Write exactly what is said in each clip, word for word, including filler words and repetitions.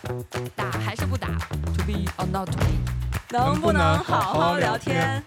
打还是不打 ？To be or not to be？ 能不能好好聊天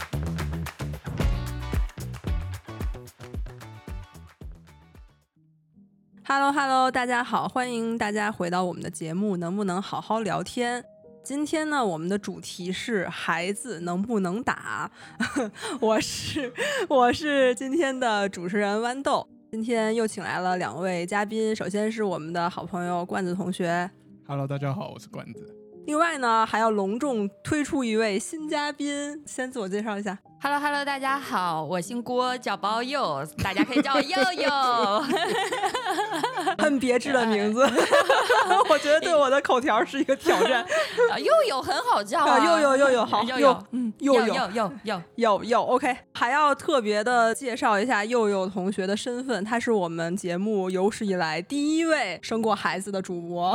？Hello Hello， 大家好，欢迎大家回到我们的节目，能不能好好聊天？今天呢，我们的主题是孩子能不能打？我是我是今天的主持人豌豆，今天又请来了两位嘉宾，首先是我们的好朋友罐子同学。 Hello， 大家好，我是罐子。 另外呢，还要隆重推出一位新嘉宾，先自我介绍一下。 Hello Hello， 大家好，我姓郭，叫包佑，大家可以叫我佑佑。 很别致的名字，我觉得对我的口条是一个挑战。 啊、佑佑很好叫啊， 佑佑佑佑好， 佑佑，嗯， 佑佑佑佑佑佑佑 ，OK。还要特别的介绍一下佑佑同学的身份，他是我们节目有史以来第一位生过孩子的主播。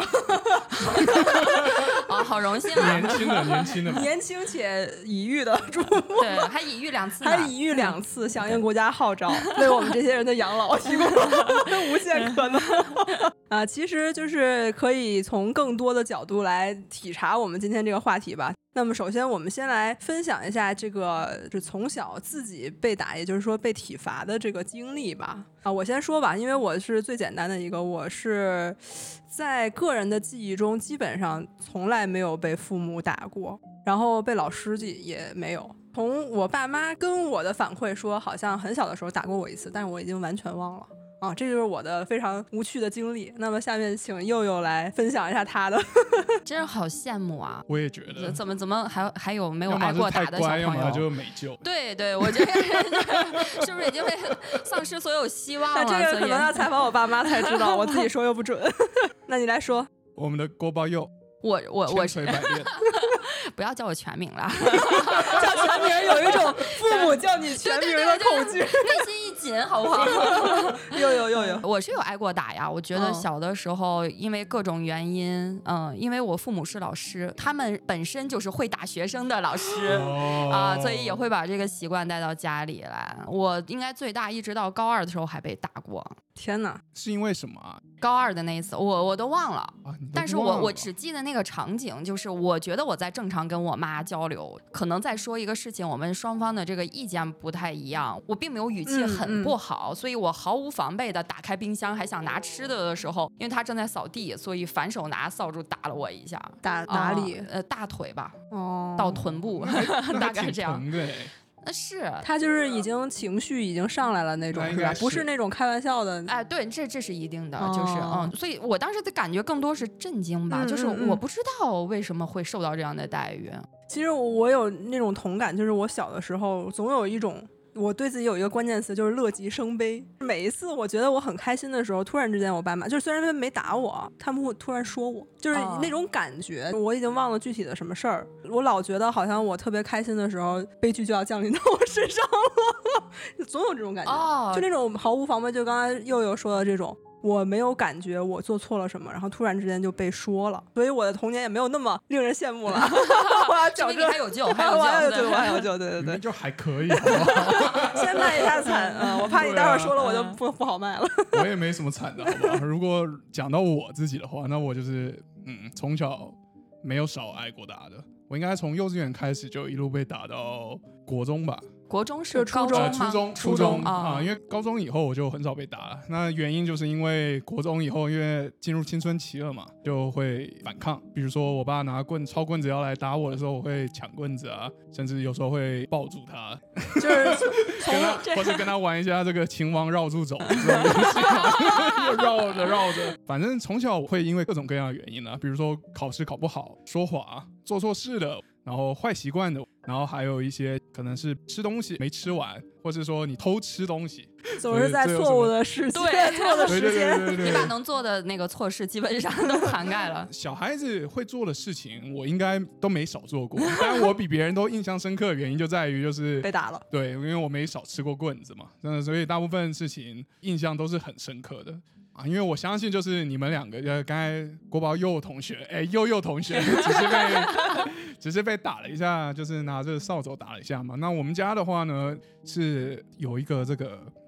哦，好荣幸啊！ 年轻的，年轻的， 年轻且已育的主播， 对，还已育两次呢， 还已育两次，响应国家号召，为我们这些人的养老提供了无限可能。啊，其实就是可以从更多的角度来体察我们今天这个话题吧。那么首先我们先来分享一下这个是从小自己被打，也就是说被体罚的这个经历吧。啊，我先说吧，因为我是最简单的一个，我是在个人的记忆中基本上从来没有被父母打过，然后被老师也没有。从我爸妈跟我的反馈说，好像很小的时候打过我一次，但是我已经完全忘了。啊，这就是我的非常无趣的经历。那么下面请佑佑来分享一下他的。 真是好羡慕啊！ 我也觉得， 怎么怎么还还有没有挨过打的小朋友？ 要么就是没救。 对对，我觉得是不是已经被丧失所有希望了？ 那这个可能要采访我爸妈才知道，我自己说又不准。那你来说， 我们的郭包佑， 我我我千锤百炼。 不要叫我全名了， 叫全名有一种父母叫你全名的恐惧， 内心一紧，好不好？ 有有有有，我是有挨过打呀。我觉得小的时候，因为各种原因，嗯，因为我父母是老师，他们本身就是会打学生的老师啊、哦呃，所以也会把这个习惯带到家里来。我应该最大一直到高二的时候还被打过。 天哪， 是因为什么啊？ 高二的那一次，我我都忘了， 啊、都忘了但是我我只记得那个场景，就是我觉得我在正常跟我妈交流，可能在说一个事情，我们双方的这个意见不太一样，我并没有语气很不好，嗯嗯、所以我毫无防备的打开冰箱，还想拿吃的的时候，因为他正在扫地，所以反手拿扫帚打了我一下。 打哪里？ 呃，大腿吧， 哦， 到臀部，大概这样。是他就是已经情绪已经上来了那种，是吧？不是那种开玩笑的。 哎，对，这这是一定的，就是嗯，所以我当时的感觉更多是震惊吧，嗯、就是我不知道为什么会受到这样的待遇。 其实我有那种同感，就是我小的时候总有一种。我对自己有一个关键词，就是乐极生悲。每一次我觉得我很开心的时候，突然之间我爸妈，就是虽然他们没打我，他们会突然说我，就是那种感觉。我已经忘了具体的什么事儿，我老觉得好像我特别开心的时候，悲剧就要降临到我身上了，总有这种感觉。 哦、 就那种毫无防备，就刚才佑佑说的这种。我没有感觉我做错了什么，然后突然之间就被说了，所以我的童年也没有那么令人羡慕了。我要矫正， 还有救，还有救， 对，我还有救，对对对， 就还可以，好不好？ 先卖一下惨啊！我怕你待会儿说了我就不、啊、不好卖了。 我也没什么惨的，好不好？如果讲到我自己的话，那我就是嗯，从小没有少挨过打的。我应该从幼稚园开始就一路被打到国中吧。 国中是初中吗？ 呃、初中，初中啊、 哦， 因为高中以后我就很少被打了。那原因就是因为国中以后，因为进入青春期了嘛，就会反抗。比如说我爸拿棍抄棍子要来打我的时候，我会抢棍子啊，甚至有时候会抱住他， 就是跟他或者跟他玩一下这个秦王绕柱走这种游戏嘛，绕着绕着。反正从小我会因为各种各样的原因啊，比如说考试考不好、说谎、做错事的。然后坏习惯的，然后还有一些可能是吃东西没吃完，或是说你偷吃东西， 总是在错误的时间、错的时间， 你把能做的那个错事基本上都涵盖了。 小孩子会做的事情，我应该都没少做过，但我比别人都印象深刻的原因就在于就是被打了。 对，因为我没少吃过棍子嘛，真的，所以大部分事情印象都是很深刻的。啊，因为我相信就是你们两个，呃，刚才国宝佑同学，哎，佑佑同学，只是被只是被打了一下，就是拿着扫帚打了一下嘛。那我们家的话呢，是有一个这个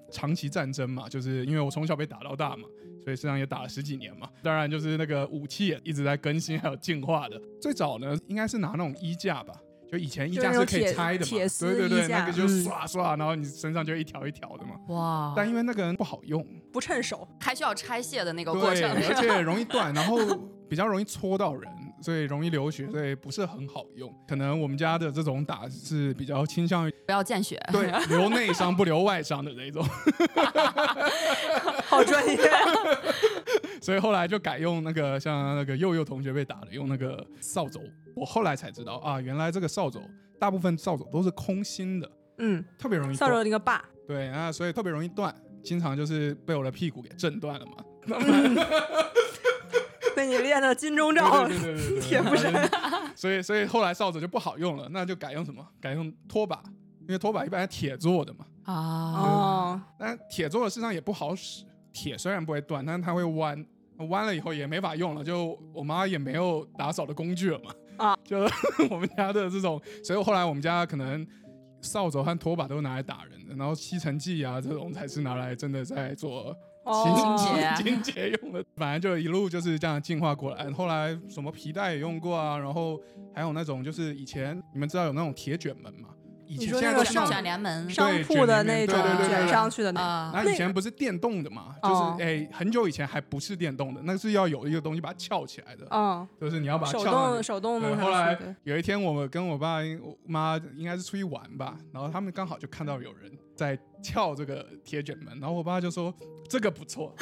长期战争嘛，就是因为我从小被打到大嘛，所以身上也打了十几年嘛。当然就是那个武器也一直在更新还有进化的。最早呢应该是拿那种衣架吧，就以前衣架是可以拆的嘛， 铁丝对对对， 衣架那个就刷刷、嗯、然后你身上就一条一条的嘛。 哇！ 但因为那个不好用， 不趁手， 还需要拆卸的那个过程， 而且容易断，然后比较容易戳到人，所以容易流血，所以不是很好用。可能我们家的这种打是比较倾向于不要见血， 对，留内伤不留外伤的那种。 好专业。 所以后来就改用那个像那个佑佑同学被打的用那个扫帚。我后来才知道啊，原来这个扫帚大部分扫帚都是空心的， 嗯， 特别容易扫帚那个把， 对啊，所以特别容易断，经常就是被我的屁股给震断了嘛。 嗯被你练的金钟罩，铁布衫， 所以所以后来扫帚就不好用了，那就改用什么？改用拖把，因为拖把一般是铁做的嘛。 啊哦， 但铁做的事实上也不好使，铁虽然不会断，但是它会弯，弯了以后也没法用了，就我妈也没有打扫的工具了嘛。啊，就我们家的这种，所以后来我们家可能扫帚和拖把都拿来打人的，然后吸尘器啊这种才是拿来真的在做。 清洁清洁用的，反正就一路就是这样进化过来。后来什么皮带也用过啊，然后还有那种就是以前你们知道有那种铁卷门吗？以前现在都是卷帘门， 商铺的那种卷上去的那。那以前不是电动的嘛？就是哎，很久以前还不是电动的，那是要有一个东西把它翘起来的。嗯，就是你要把它手动手动弄上去。 后来有一天，我们跟我爸、我妈应该是出去玩吧，然后他们刚好就看到有人在撬这个铁卷门，然后我爸就说这个不错。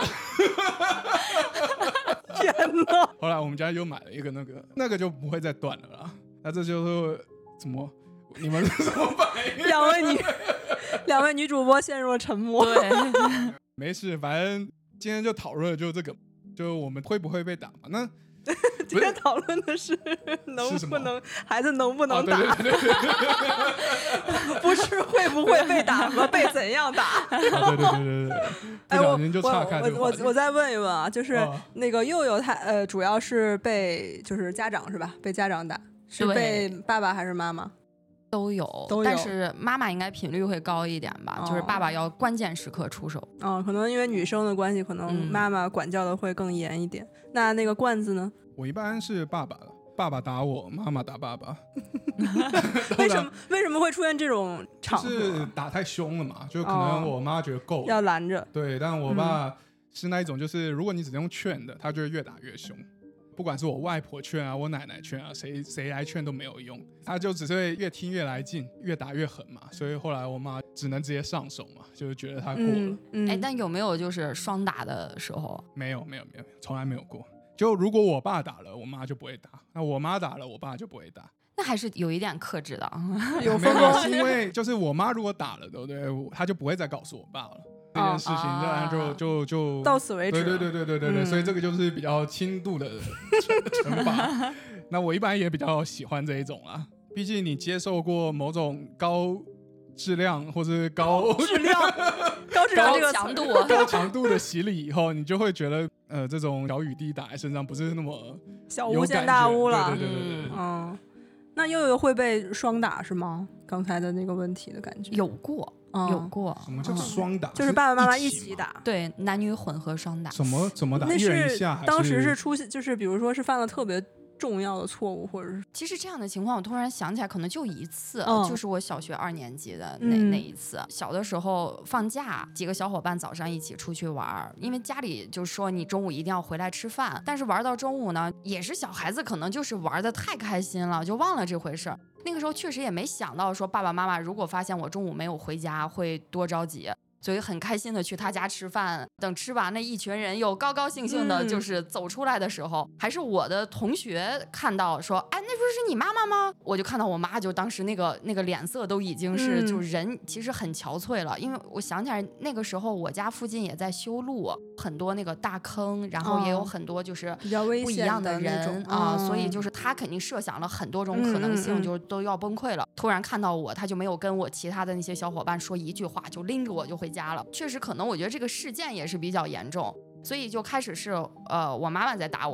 天哪！ 后来我们家又买了一个那个，那个就不会再断了啦。那这就是怎么？你们是什么反应？ 两位女，两位女主播陷入了沉默。 对， 没事，反正今天就讨论就这个，就我们会不会被打嘛？那今天讨论的是能不能孩子能不能打， 哦、对对对对不是会不会被打和被怎样打。 哦、对对对对对，不小心就岔开这个话题。 我我我再问一问啊，就是那个佑佑他呃，主要是被就是家长是吧？被家长打，是被爸爸还是妈妈？ 都有， 都有， 但是妈妈应该频率会高一点吧，哦、就是爸爸要关键时刻出手。 嗯，可能因为女生的关系，可能妈妈管教的会更严一点。嗯、那那个罐子呢？ 我一般是爸爸，爸爸打我，妈妈打爸爸。 为什么为什么会出现这种场合？ 就是打太凶了嘛，就可能我妈觉得够了， 哦、要拦着。 对，但我爸是那一种，就是如果你只用劝的，他就会越打越凶。不管是我外婆劝啊，我奶奶劝啊，谁谁来劝都没有用，他就只是会越听越来劲，越打越狠嘛。所以后来我妈只能直接上手嘛，就是觉得他过了。哎、 嗯嗯欸，但有没有就是双打的时候？ 没有，没有，没有，从来没有过。就如果我爸打了，我妈就不会打；那我妈打了，我爸就不会打。 那还是有一点克制的， 有分工。是因为就是我妈如果打了，对不对？他就不会再告诉我爸了。这件事情，当然就就就到此为止。 对对对对对对对，嗯、所以这个就是比较轻度的惩罚。那我一般也比较喜欢这一种啦，毕竟你接受过某种高质量或是高质量、高质量这个强度、 高强度的洗礼以后，你就会觉得，呃，这种小雨滴打在身上不是那么小巫见大巫了。 对对对对对， 嗯。那佑佑会被双打是吗？刚才的那个问题的感觉有过。嗯、有过。 什么叫双打？ 嗯、就是爸爸妈妈一起打， 对，男女混合双打。 怎么怎么打？ 那一人一下还是当时是出现，就是比如说是犯了特别重要的错误，或者是其实这样的情况，我突然想起来，可能就一次， 嗯、 就是我小学二年级的那、嗯、那一次。小的时候放假，几个小伙伴早上一起出去玩，因为家里就说你中午一定要回来吃饭，但是玩到中午呢，也是小孩子可能就是玩的太开心了，就忘了这回事。那个时候确实也没想到说爸爸妈妈如果发现我中午没有回家会多着急，所以很开心的去他家吃饭。等吃完了，一群人又高高兴兴的就是走出来的时候、嗯、还是我的同学看到说，哎，那不是你妈妈吗？我就看到我妈就当时那个那个脸色都已经是、嗯、就人其实很憔悴了。因为我想起来那个时候我家附近也在修路，很多那个大坑，然后也有很多就是不一样的人、 哦、 啊、嗯，所以就是他肯定设想了很多种可能性， 嗯嗯嗯就都要崩溃了。突然看到我，他就没有跟我其他的那些小伙伴说一句话，就拎着我就回家了。确实可能我觉得这个事件也是比较严重，所以就开始是呃我妈妈在打我，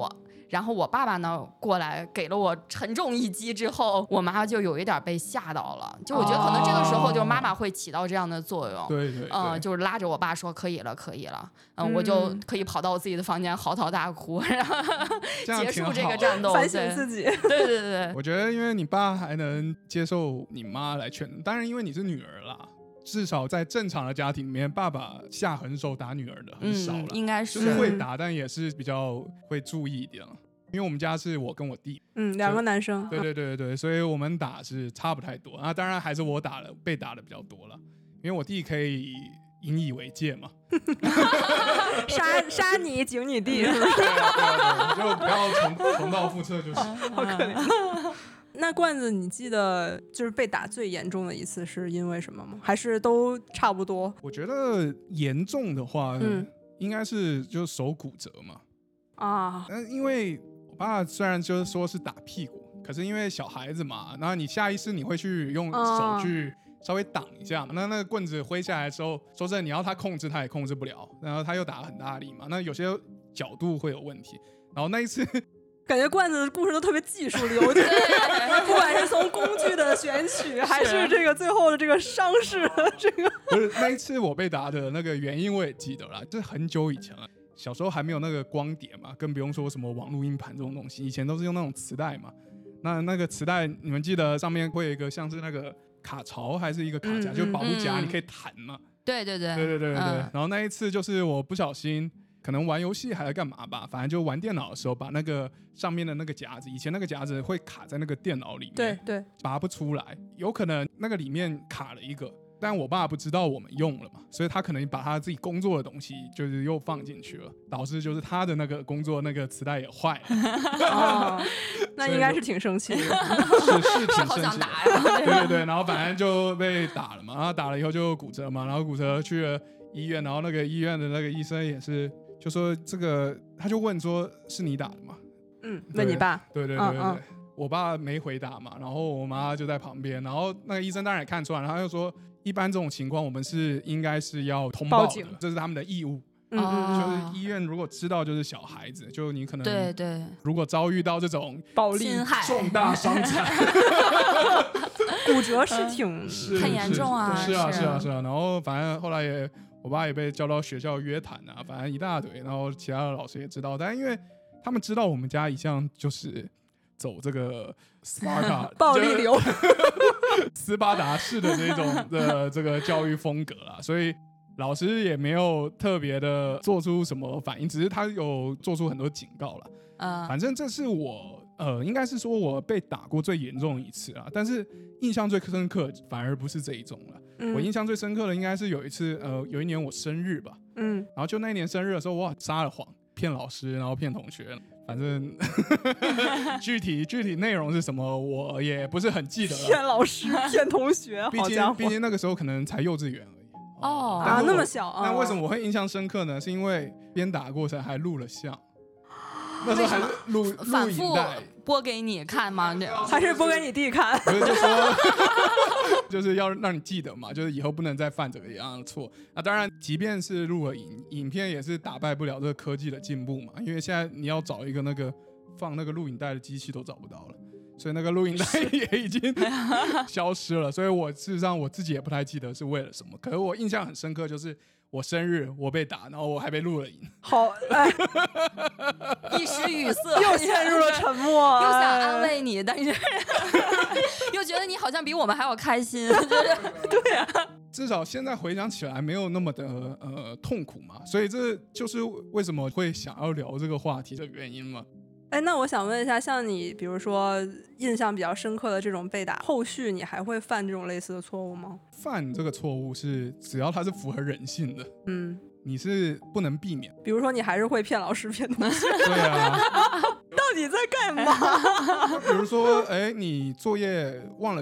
然后我爸爸呢过来给了我沉重一击之后，我妈就有一点被吓到了。就我觉得可能这个时候就妈妈会起到这样的作用。 对对， 嗯，就是拉着我爸说可以了，可以了，嗯，我就可以跑到我自己的房间嚎啕大哭，然后结束这个战斗， 反省自己。 对对对， 我觉得因为你爸还能接受你妈来劝，当然因为你是女儿啦。至少在正常的家庭里面，爸爸下狠手打女儿的很少了、嗯， 应该是就是会打，但也是比较会注意一点。因为我们家是我跟我弟， 嗯，两个男生， 对对对对，所以我们打是差不太多。那当然还是我打了，被打的比较多了，因为我弟可以引以为戒嘛， 杀杀你警你弟，是不是？ 对啊对啊对啊，就不要重重蹈覆辙就是。 好可怜。那罐子，你记得就是被打最严重的一次是因为什么吗？还是都差不多？ 我觉得严重的话，嗯，应该是就手骨折嘛。啊，但因为我爸虽然就是说是打屁股，可是因为小孩子嘛，然后你下意识你会去用手去稍微挡一下嘛。那那个棍子挥下来的时候，说真的，你要他控制他也控制不了，然后他又打很大力嘛，那有些角度会有问题。然后那一次。 感觉罐子的故事都特别技术流，不管是从工具的选取，还是这个最后的这个伤势的这个。 不是那一次我被打的那个原因我也记得啦，这是很久以前了，小时候还没有那个光碟嘛，更不用说什么网录音盘这种东西，以前都是用那种磁带嘛。那那个磁带你们记得上面会有一个像是那个卡槽还是一个卡夹，嗯、就保护夹，你可以弹嘛。 对对对对对对对对、嗯。然后那一次就是我不小心。可能玩游戏还是干嘛吧，反正就玩电脑的时候，把那个上面的那个夹子，以前那个夹子会卡在那个电脑里面， 对对， 拔不出来，有可能那个里面卡了一个，但我爸不知道我们用了嘛，所以他可能把他自己工作的东西就是又放进去了，导致就是他的那个工作那个磁带也坏了。 哦，那应该是挺生气的， 是是挺生气的， 好想打呀， 对对对，然后反正就被打了嘛，然后打了以后就骨折嘛，然后骨折去了医院，然后那个医院的那个医生也是。就说这个，他就问说是你打的吗？ 嗯，问你爸。 对对对对对、嗯嗯，我爸没回答嘛，然后我妈就在旁边，然后那个医生当然也看出来，然后他就说，一般这种情况我们是应该是要通报的，这是他们的义务。嗯，就是医院如果知道就是小孩子，就你可能对对， 如果遭遇到这种暴力重大伤残， 骨折是挺很严重啊， 是啊是啊是啊，然后反正后来也。我爸也被叫到学校约谈啊，反正一大堆，然后其他的老师也知道，但因为他们知道我们家一向就是走这个斯巴达暴力流、 斯巴达式的这种的这个教育风格啦，所以老师也没有特别的做出什么反应，只是他有做出很多警告啦。嗯，反正这是我呃，应该是说我被打过最严重的一次啊，但是印象最深刻反而不是这一种了。我印象最深刻的应该是有一次，呃，有一年我生日吧，嗯，然后就那一年生日的时候，我撒了谎，骗老师，然后骗同学，反正具体具体内容是什么，我也不是很记得了。 骗老师，骗同学， 毕竟毕竟那个时候可能才幼稚园而已。 哦，啊，那么小啊！ 那为什么我会印象深刻呢？是因为鞭打过程还录了像。那时候还是录录影带播给你看吗？ 还是播给你弟看？ 不是，就说就是要让你记得嘛，就是以后不能再犯这个一样的错。那当然，即便是录了影影片，也是打败不了这个科技的进步嘛。因为现在你要找一个那个放那个录影带的机器都找不到了，所以那个录影带也已经消失了。所以我事实上我自己也不太记得是为了什么，可是我印象很深刻，就是我生日我被打，然后我还被录了影。 好，哎， 一时语塞， 又陷入了沉默， 又想安慰你，但是又觉得你好像比我们还要开心。 对啊， 至少现在回想起来没有那么的呃痛苦嘛，所以这就是为什么会想要聊这个话题的原因嘛。 哎，那我想问一下，像你比如说印象比较深刻的这种被打，后续你还会犯这种类似的错误吗？ 犯这个错误是只要它是符合人性的，嗯，你是不能避免。 比如说你还是会骗老师骗同学， 对啊， 到底在干嘛？ 比如说，哎，你作业忘了写，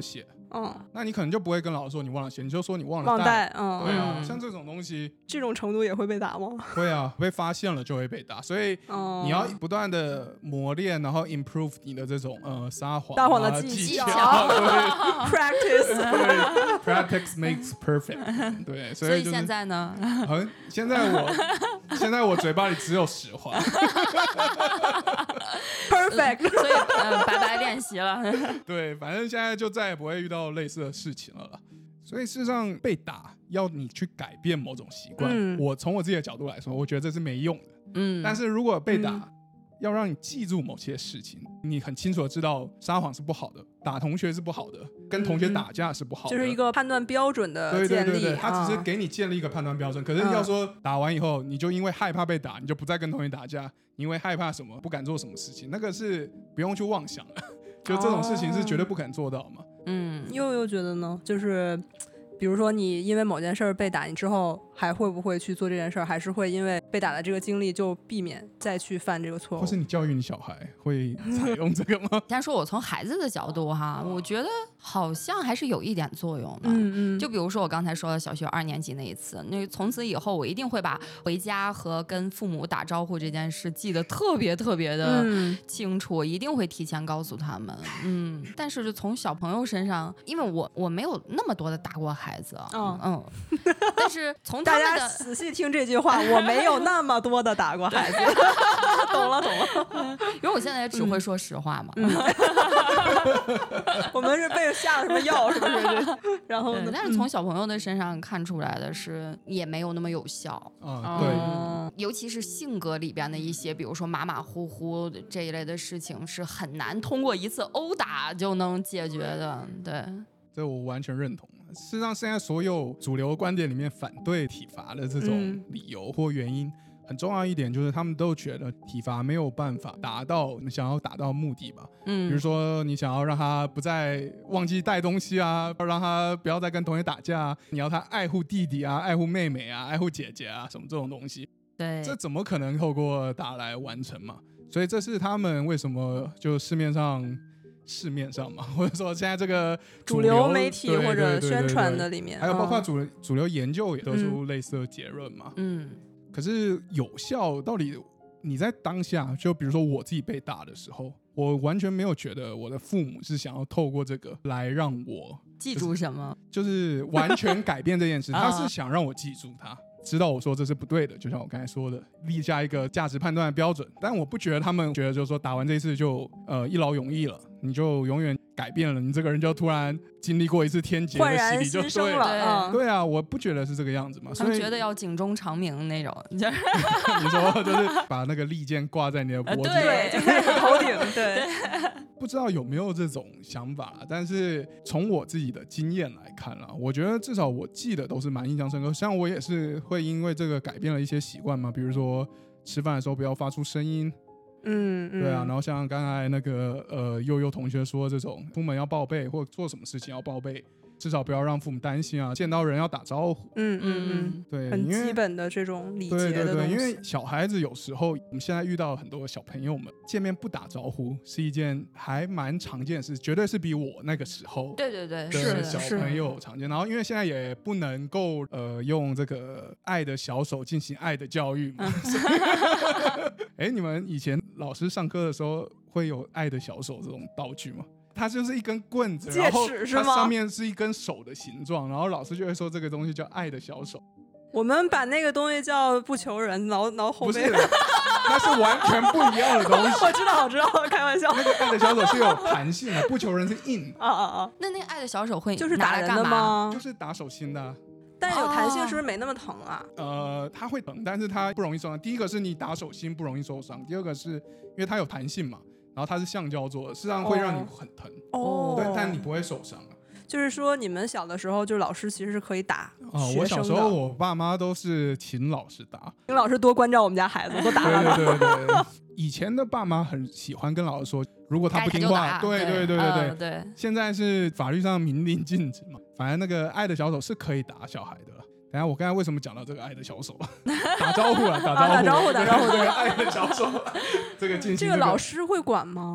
嗯， 那你可能就不会跟老师说你忘了写，你就说你忘了忘带。 带，嗯， 对啊， 嗯像这种东西， 这种程度也会被打吗？ 会啊，被发现了就会被打，所以哦， 你要不断的磨练，然后 improve 你的这种呃撒谎、 撒谎的啊、 技技巧对 practice， 对 ，practice makes perfect， 对，所所以以就是现在呢？ 好像现在我现在我嘴巴里只有实话， perfect， 所以呃，白白练习了。 对，反正现在就再也不会遇到类似的事情了啦。所以事实上被打要你去改变某种习惯， 嗯我从我自己的角度来说，我觉得这是没用的。 嗯， 但是如果被打， 嗯要让你记住某些事情，你很清楚的知道撒谎是不好的，打同学是不好的，跟同学打架是不好的， 就是一个判断标准的对对建立。 对对，他只是啊给你建立一个判断标准。可是要说打完以后，你就因为害怕被打，你就不再跟同学打架，因为害怕什么不敢做什么事情，那个是不用去妄想了。就这种事情是绝对不可能做到嘛。 嗯， 悠悠觉得呢？就是比如说你因为某件事儿被打，你之后还会不会去做这件事儿？还是会因为被打的这个经历就避免再去犯这个错误？ 或是你教育你小孩会采用这个吗？ 先说我从孩子的角度哈，我觉得好像还是有一点作用的。 嗯嗯， 就比如说我刚才说的小学二年级那一次，那从此以后我一定会把回家和跟父母打招呼这件事记得特别特别的嗯清楚，我一定会提前告诉他们。嗯，但是就从小朋友身上，因为我我没有那么多的打过孩子， 哦嗯，但是从他大家们的仔细听这句话，我没有那么多的打过孩子，懂了懂了。 因为我现在也只会说实话嘛。 嗯我们是被下了什么药，是不是？然后对， 呢？ 但是从小朋友的身上看出来的是，也没有那么有效。 啊，对， 嗯尤其是性格里边的一些，比如说马马虎虎这一类的事情，是很难通过一次殴打就能解决的。对， 这我完全认同。事实上，现在所有主流观点里面反对体罚的这种嗯理由或原因，很重要一点就是他们都觉得体罚没有办法达到你想要达到的目的吧。 嗯， 比如说你想要让他不再忘记带东西啊，让他不要再跟同学打架啊，你要他爱护弟弟啊、爱护妹妹啊、爱护姐姐啊，什么这种东西， 对， 这怎么可能透过打来完成嘛？所以这是他们为什么就市面上市面上嘛，或者说现在这个主流流媒体对或者对对对宣传对的里面， 还有包括嗯主主流研究也得出类似的结论嘛。 嗯可是有效到底你在当下，就比如说我自己被打的时候，我完全没有觉得我的父母是想要透过这个来让我记住什么？ 就是完全改变这件事， 啊他是想让我记住它。知道我说这是不对的，就像我刚才说的，立下一个价值判断的标准。但我不觉得他们觉得就是说打完这一次就呃一劳永逸了，你就永远改变了，你这个人就突然经历过一次天劫的洗焕然礼就对新生了。 对嗯对啊，我不觉得是这个样子嘛。所以他们觉得要警钟长鸣那种，就是你说就是把那个利剑挂在你的脖子上， 对就在你头顶，对， 不知道有没有这种想法，但是从我自己的经验来看啦，我觉得至少我记得都是蛮印象深刻。像我也是会因为这个改变了一些习惯嘛，比如说吃饭的时候不要发出声音， 嗯嗯， 对啊。然后像刚才那个呃悠悠同学说这种出门要报备或做什么事情要报备，至少不要让父母担心啊，见到人要打招呼， 嗯嗯嗯对， 嗯，很因为基本的这种礼对对对， 节的东西， 因为小孩子有时候，我们现在遇到很多小朋友们见面不打招呼，是一件还蛮常见的事，绝对是比我那个时候对对对， 的是小朋友常见。然后因为现在也不能够呃用这个爱的小手进行爱的教育嘛，哎、你们以前老师上课的时候会有爱的小手这种道具吗？它就是一根棍子， 戒然后尺是吗它上面是一根手的形状，然后老师就会说这个东西叫爱的小手。 我们把那个东西叫不求人，挠挠后不是， 背。 那是完全不一样的东西。 我知道，我知道，开玩笑。 那个爱的小手是有弹性的，不求人是硬， 啊啊啊！ 那那个爱的小手会就是拿打人的来干嘛？ 吗就？是打手心的啊、 但是有弹性哦是不是没那么疼啊？ 呃，它会疼，但是它不容易受伤。第一个是你打手心不容易受伤，第二个是因为它有弹性嘛，然后它是橡胶做的，实际上会让你很疼， 哦对，但你不会受伤啊。 就是说，你们小的时候，就是老师其实是可以打啊、 学我小生的。 时候我爸妈都是请老师打， 请老师多关照我们家孩子，多打打他。 对对对对。以前的爸妈很喜欢跟老师说，如果他不听话， 该打就打对对对对对。 嗯对， 现在是法律上明令禁止嘛，反正那个爱的小手是可以打小孩的。等一下我刚才为什么讲到这个爱的小手？打招呼了，打招呼， 打招呼打招呼这个爱的小手，这个进行、 这这个老师会管吗？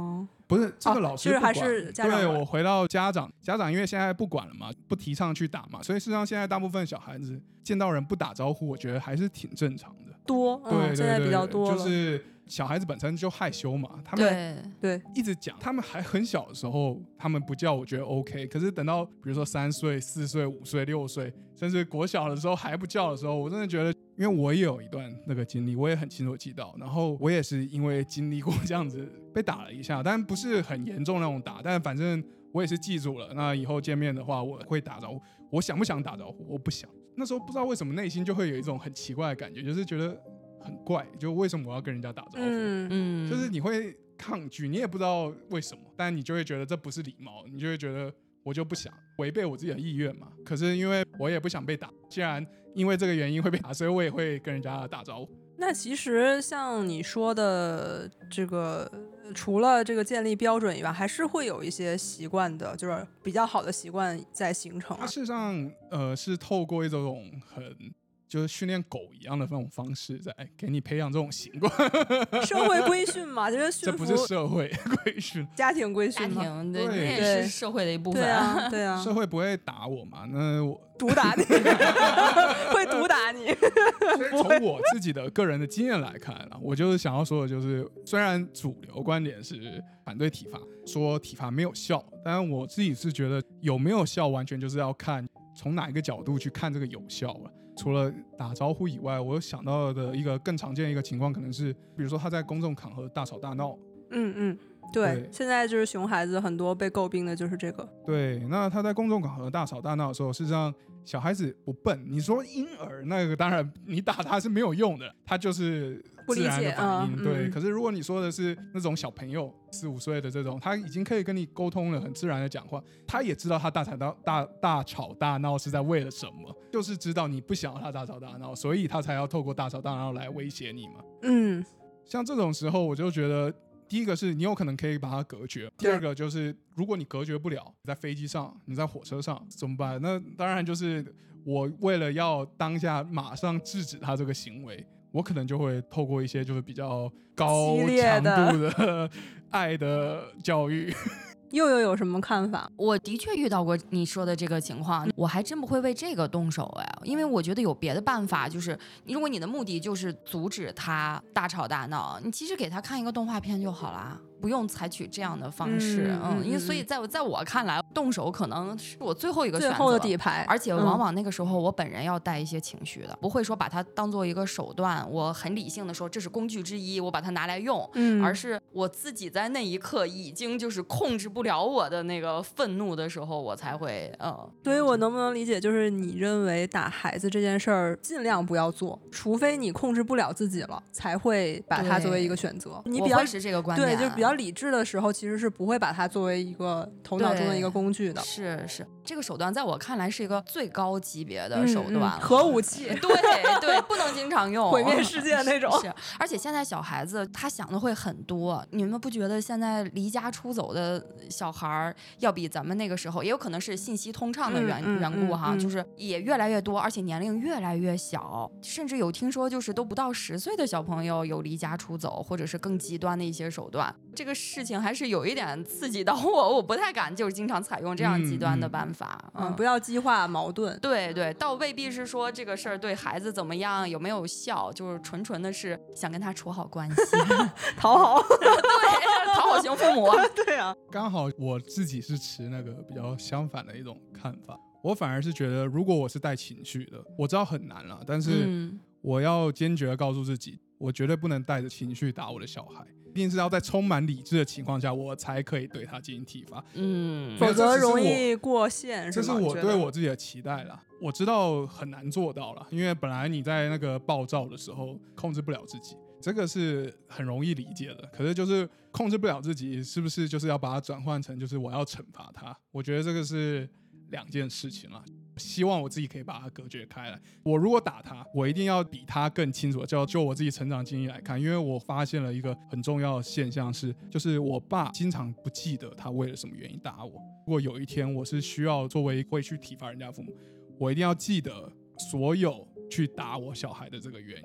不是这个老师不管、 哦、就是还是家长对，我回到家长，家长因为现在不管了嘛，不提倡去打嘛，所以事实上现在大部分小孩子见到人不打招呼，我觉得还是挺正常的。 多， 对对对， 现在比较多了， 就是小孩子本身就害羞嘛，他们对一直讲，他们还很小的时候，他们不叫我觉得 OK， 可是等到比如说三岁、四岁、五岁、六岁，甚至国小的时候还不叫的时候，我真的觉得，因为我也有一段那个经历，我也很清楚记到，然后我也是因为经历过这样子被打了一下，但不是很严重那种打，但反正我也是记住了。那以后见面的话，我会打招呼。我想不想打招呼？我不想。那时候不知道为什么内心就会有一种很奇怪的感觉，就是觉得很怪，就为什么我要跟人家打招呼？嗯嗯，就是你会抗拒，你也不知道为什么，但你就会觉得这不是礼貌，你就会觉得我就不想违背我自己的意愿嘛。可是因为我也不想被打，既然因为这个原因会被打，所以我也会跟人家打招呼。 那其实像你说的这个，除了这个建立标准以外，还是会有一些习惯的，就是比较好的习惯在形成。 它事实上，呃，是透过一种很就是训练狗一样的那种方式，在给你培养这种习惯。 社会规训嘛，就是这不是社会规训， 家庭规训嘛， 家庭对，这也是社会的一部分。 对啊，对啊， 社会不会打我嘛？那我毒打你，会毒打你。 从我自己的个人的经验来看啊，我就是想要说的就是，虽然主流观点是反对体罚，说体罚没有效，但我自己是觉得有没有效，完全就是要看从哪一个角度去看这个有效了。除了打招呼以外，我想到的一个更常见的一个情况，可能是比如说他在公众场合大吵大闹。 嗯嗯，对，对，现在就是熊孩子很多被诟病的就是这个。 对，那他在公众场合大吵大闹的时候，事实上小孩子不笨，你说婴儿那个当然你打他是没有用的，他就是自然的反应。对、嗯，可是如果你说的是那种小朋友四五岁的这种，他已经可以跟你沟通了，很自然的讲话，他也知道他大吵大大大吵大闹是在为了什么，就是知道你不想要他大吵大闹，所以他才要透过大吵大闹来威胁你嘛。嗯，像这种时候我就觉得，第一个是你有可能可以把它隔绝，第二个就是如果你隔绝不了，你在飞机上，你在火车上怎么办？那当然就是我为了要当下马上制止他这个行为，我可能就会透过一些就是比较高强度的爱的教育。 佑佑有什么看法？ 我的确遇到过你说的这个情况，我还真不会为这个动手哎，因为我觉得有别的办法，就是如果你的目的就是阻止他大吵大闹，你其实给他看一个动画片就好啦，不用采取这样的方式。嗯, 嗯，因为所以在我在我看来，动手可能是我最后一个选择， 最后的底牌。 而且往往那个时候我本人要带一些情绪的，嗯、不会说把它当做一个手段，我很理性的说这是工具之一，我把它拿来用，嗯、而是我自己在那一刻已经就是控制不了我的那个愤怒的时候，我才会呃。 所以我能不能理解，就是你认为打孩子这件事儿尽量不要做，除非你控制不了自己了，才会把它作为一个选择。你比较是这个观点， 对，就比较理智的时候，其实是不会把它作为一个头脑中的一个工具的。 是是，这个手段在我看来是一个最高级别的手段，嗯嗯、核武器。 对对，不能经常用， 毁灭世界那种。 是，而且现在小孩子他想的会很多，你们不觉得现在离家出走的小孩要比咱们那个时候，也有可能是信息通畅的缘、嗯、缘故哈、嗯嗯，就是也越来越多，而且年龄越来越小，甚至有听说就是都不到十岁的小朋友有离家出走，或者是更极端的一些手段。这个事情还是有一点刺激到我，我不太敢就是经常采用这样极端的办法。 嗯，嗯不要激化矛盾。 对对，倒未必是说这个事儿对孩子怎么样，有没有效，就是纯纯的是想跟他处好关系， 讨好。 对，讨好型父母。 对啊， 刚好我自己是持那个比较相反的一种看法，我反而是觉得，如果我是带情绪的，我知道很难了，但是我要坚决的告诉自己，我绝对不能带着情绪打我的小孩。一定是要在充满理智的情况下，我才可以对他进行体罚， 嗯，否则容易过线。 这是我对我自己的期待啦。我知道很难做到啦，因为本来你在那个暴躁的时候控制不了自己，这个是很容易理解的。可是就是控制不了自己，是不是就是要把它转换成就是我要惩罚他？我觉得这个是两件事情啦。希望我自己可以把它隔绝开来。我如果打他，我一定要比他更清楚的就就我自己成长经历来看，因为我发现了一个很重要的现象是，就是我爸经常不记得他为了什么原因打我。如果有一天我是需要作为会去体罚人家父母，我一定要记得所有去打我小孩的这个原因。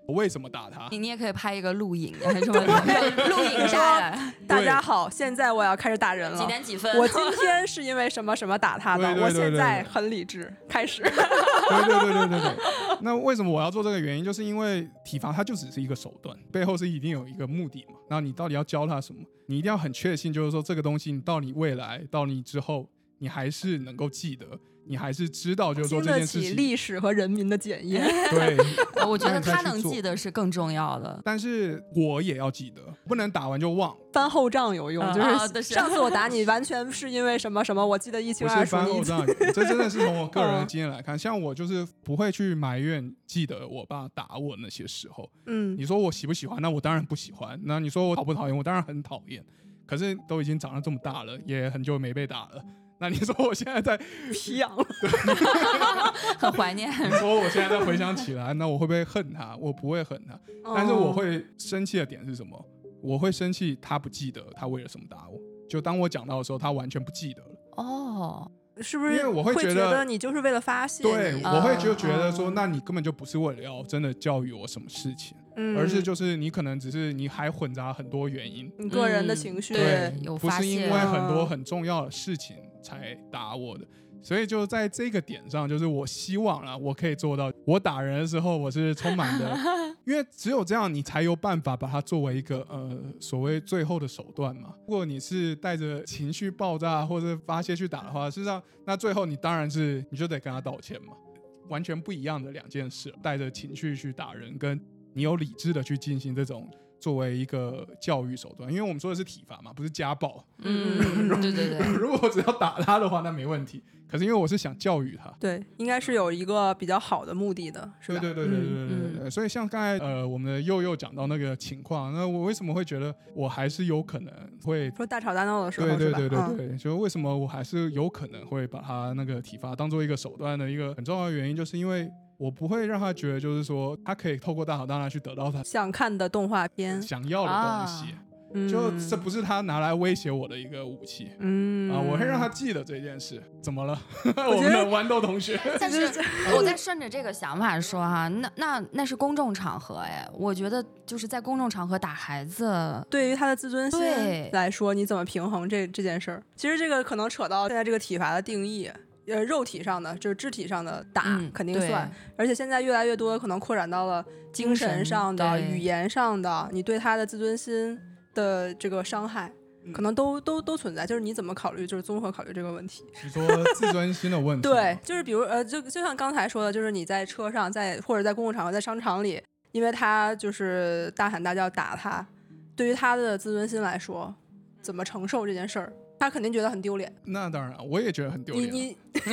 我为什么打他。 你你也可以拍一个录影，还是什么录影下来。 大家好，现在我要开始打人了， 几点几分？ 我今天是因为什么什么打他的， 对对对对对， 我现在很理智，开始。对对对对对对。那为什么我要做这个原因，就是因为体罚它就只是一个手段，背后是一定有一个目的嘛。然后你到底要教他什么？你一定要很确信，就是说这个东西你到你未来到你之后，你还是能够记得，你还是知道，就是说这件事情经得起历史和人民的检验。 对， 我觉得他能记得是更重要的。 但是我也要记得，不能打完就忘。 翻后账有用， 啊、 就是上次我打你完全是因为什么什么，我记得一清二楚。 不是翻后账，这真的是从我个人的经验来看，像我就是不会去埋怨记得我爸打我那些时候。嗯，你说我喜不喜欢？那我当然不喜欢。那你说我讨不讨厌？我当然很讨厌。可是都已经长得这么大了，也很久没被打了。那你说我现在在皮痒了， 很怀念。 你说我现在在回想起来，那我会不会恨他？我不会恨他，但是我会生气的点是什么？我会生气他不记得他为了什么打我。就当我讲到的时候，他完全不记得了。 哦，是不是？ 因为我会觉得你就是为了发泄。 对，我会就觉得说，那你根本就不是为了要真的教育我什么事情。嗯、而是就是你可能只是你还混杂很多原因， 你个人的情绪， 嗯、对，有不是因为很多很重要的事情才打我的。所以就在这个点上，就是我希望啦，我可以做到，我打人的时候我是充满的，因为只有这样，你才有办法把它作为一个呃所谓最后的手段嘛。如果你是带着情绪爆炸或者发泄去打的话，事实上那最后你当然是你就得跟他道歉嘛，完全不一样的两件事。带着情绪去打人，跟你有理智的去进行这种作为一个教育手段，因为我们说的是体罚嘛，不是家暴。 嗯，对对对。 如果我只要打他的话，那没问题。可是因为我是想教育他， 对，应该是有一个比较好的目的的，是吧？ 对对对对对对对对、嗯。所以像刚才呃我们的佑佑讲到那个情况，那我为什么会觉得我还是有可能会说大吵大闹的时候， 对对对对对对， 嗯、 就为什么我还是有可能会把他那个体罚当做一个手段的一个很重要的原因，就是因为我不会让他觉得就是说他可以透过大吵大闹去得到他想看的动画片、 想要的东西。啊就这不是他拿来威胁我的一个武器，嗯啊，我会让他记得这件事。怎么了？我, 我们的豌豆同学。 但是我再顺着这个想法说哈，那那那是公众场合哎，我觉得就是在公众场合打孩子， 对于他的自尊心来说，你怎么平衡这这件事儿？其实这个可能扯到现在这个体罚的定义。呃，肉体上的就是肢体上的打、嗯、肯定算，而且现在越来越多可能扩展到了精神上的、语言上的，你对他的自尊心的这个伤害，可能都都都存在。就是你怎么考虑，就是综合考虑这个问题。 你说自尊心的问题？ 对，就是比如呃，就就像刚才说的，就是你在车上，在或者在公共场合，在商场里，因为他就是大喊大叫打他，对于他的自尊心来说，怎么承受这件事儿？他肯定觉得很丢脸。 那当然，我也觉得很丢脸。 你你，就是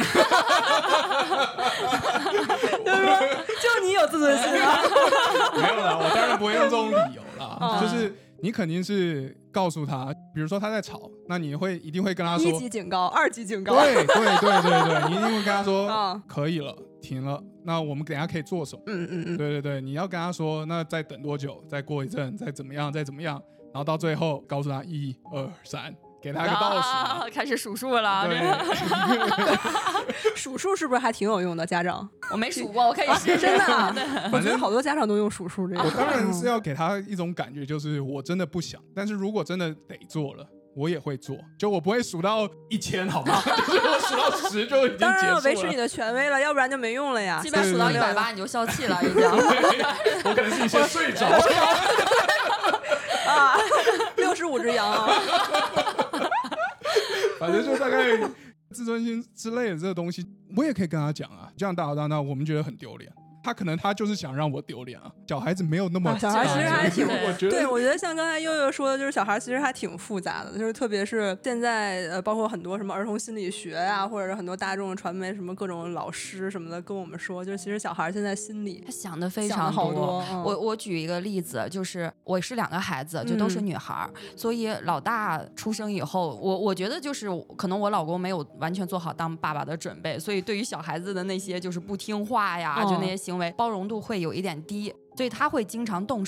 说，就你有自尊心啊？ 没有啦，我当然不会用这种理由啦。嗯、就是你肯定是告诉他，比如说他在吵，那你会一定会跟他说一级警告、二级警告。 对对对对对，你一定会跟他说，嗯、可以了，停了。那我们等一下可以做什么？嗯嗯嗯，对对对，你要跟他说，那再等多久？再过一阵，再怎么样？再怎么样？然后到最后告诉他一二三。给他一个倒数、啊， 开始数数了。 数数是不是还挺有用的？家长， 我没数过，我可以试。 真的、啊，我觉得好多家长都用数数这个。 我当然是要给他一种感觉，就是我真的不想，但是如果真的得做了，我也会做。就我不会数到一千，好吗？就是我数到十就已经结束了。 当然要维持你的权威了，要不然就没用了呀。 基本数到一百八你就消气了，已经。 我可能是你先睡着了。 啊，六十五只羊啊。 反正就大概自尊心之类的这个东西，我也可以跟他讲啊。这样大吵大闹，我们觉得很丢脸。他可能他就是想让我丢脸啊。小孩子没有那么、 啊、小孩其实还挺， 我觉得对，我觉得像刚才悠悠说的，就是小孩其实还挺复杂的，就是特别是现在呃，包括很多什么儿童心理学呀、啊，或者是很多大众传媒什么各种老师什么的跟我们说，就是其实小孩现在心里他想的非常多。多嗯、我我举一个例子，就是我是两个孩子，就都是女孩，嗯、所以老大出生以后，我我觉得就是可能我老公没有完全做好当爸爸的准备，所以对于小孩子的那些就是不听话呀，哦、就那些行为包容度会有一点低，所以他会经常动手。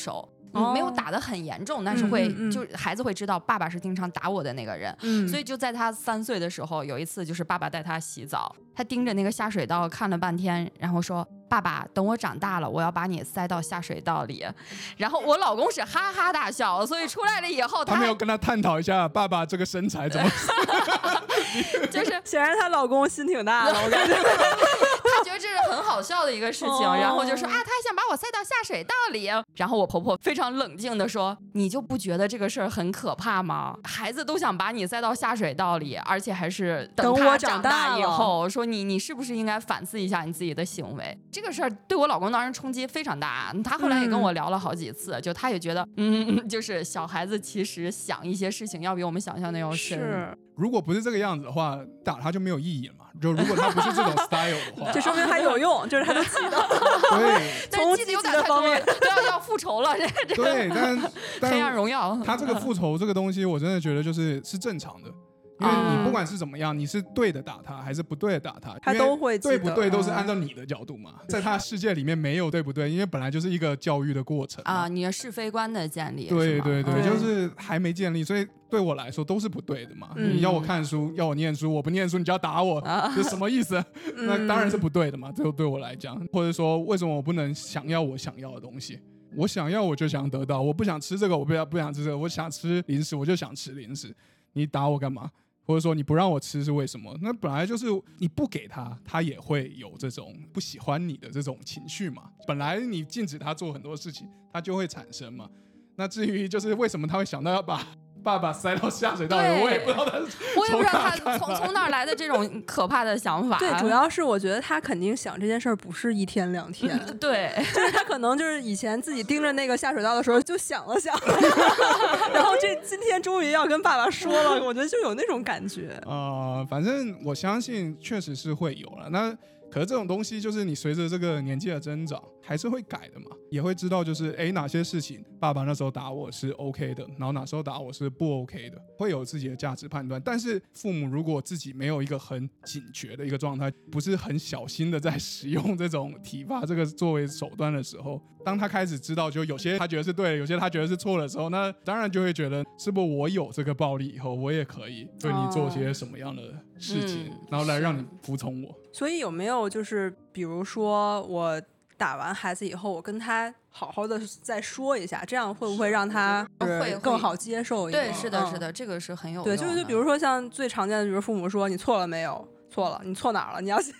嗯、没有打得很严重，但是会、 嗯嗯嗯、 就孩子会知道爸爸是经常打我的那个人、嗯、所以就在他三岁的时候，有一次就是爸爸带他洗澡，他盯着那个下水道看了半天，然后说爸爸等我长大了我要把你塞到下水道里，然后我老公是哈哈大笑，所以出来了以后他他没有跟他探讨一下爸爸这个身材怎么就是显然她老公心挺大的我感觉他觉得这是很好笑的一个事情、哦、然后就说啊他还想把我塞到下水道里，然后我婆婆非常冷静的说你就不觉得这个事儿很可怕吗？孩子都想把你塞到下水道里，而且还是等他长大以后，说你你是不是应该反思一下你自己的行为。这个事儿对我老公当时冲击非常大，他后来也跟我聊了好几次、嗯、就他也觉得嗯，就是小孩子其实想一些事情要比我们想象的要深。 是， 如果不是这个样子的话，打他就没有意义了嘛。就如果他不是这种 style 的话， 这说明他有用，就是他都记得。 对， 从积极的方面都要要复仇了。这这对，但但黑暗荣耀， 他这个复仇这个东西，我真的觉得就是是正常的。因为你不管是怎么样，你是对的打他还是不对的打他， 他都会记得， 对不对都是按照你的角度嘛。在他世界里面没有对不对，因为本来就是一个教育的过程啊，你的是非观的建立。 对对对， 嗯、 就是还没建立，所以对我来说都是不对的嘛。嗯、你要我看书，要我念书，我不念书你就要打我，啊、这什么意思？那当然是不对的嘛。这对我来讲，或者说为什么我不能想要我想要的东西？我想要我就想得到，我不想吃这个，我不要不想吃这个，我想吃零食我就想吃零食，你打我干嘛？或者说你不让我吃是为什么？那本来就是你不给他，他也会有这种不喜欢你的这种情绪嘛。本来你禁止他做很多事情，他就会产生嘛。那至于就是为什么他会想到要把爸爸塞到下水道里，我也不知道他， 我也不知道他从从哪儿来的这种可怕的想法。 对，主要是我觉得他肯定想这件事儿不是一天两天， 嗯、对， 就是他可能就是以前自己盯着那个下水道的时候就想了想，然后这今天终于要跟爸爸说了，我觉得就有那种感觉。 呃，反正我相信确实是会有了。那可是这种东西就是你随着这个年纪的增长还是会改的嘛，也会知道就是哎哪些事情爸爸那时候打我是 OK 的，然后哪时候打我是不 OK 的，会有自己的价值判断。但是父母如果自己没有一个很警觉的一个状态，不是很小心的在使用这种体罚这个作为手段的时候，当他开始知道就有些他觉得是对的，有些他觉得是错的时候，那当然就会觉得是不是我有这个暴力以后我也可以对你做些什么样的事情、哦嗯、然后来让你服从我。 所以有没有就是比如说我打完孩子以后我跟他好好的再说一下，这样会不会让他更好接受一点？ 对，是的是的、嗯、这个是很有用的。 对，就是比如说像最常见的比如父母说你错了没有，错了，你错哪儿了？你要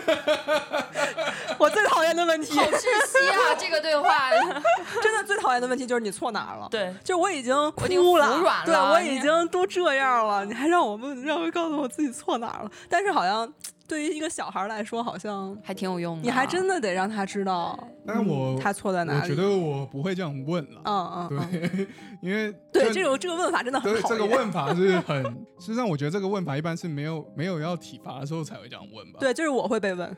我最讨厌的问题， 好窒息啊！这个对话真的最讨厌的问题就是你错哪儿了？ 对， 就我已经哭了， 服软了， 对我已经都这样了，你还让我们让我告诉我自己错哪儿了？但是好像对于一个小孩来说，好像还挺有用的。 你还真的得让他知道， 但我、 嗯、他错在哪里。 我觉得我不会这样问了。 嗯嗯， 对，嗯、因为对这个这个问法真的很讨厌。 这个问法是很，事实上我觉得这个问法一般是没有没有要体罚的时候才会这样问吧。 对，就是我会被问，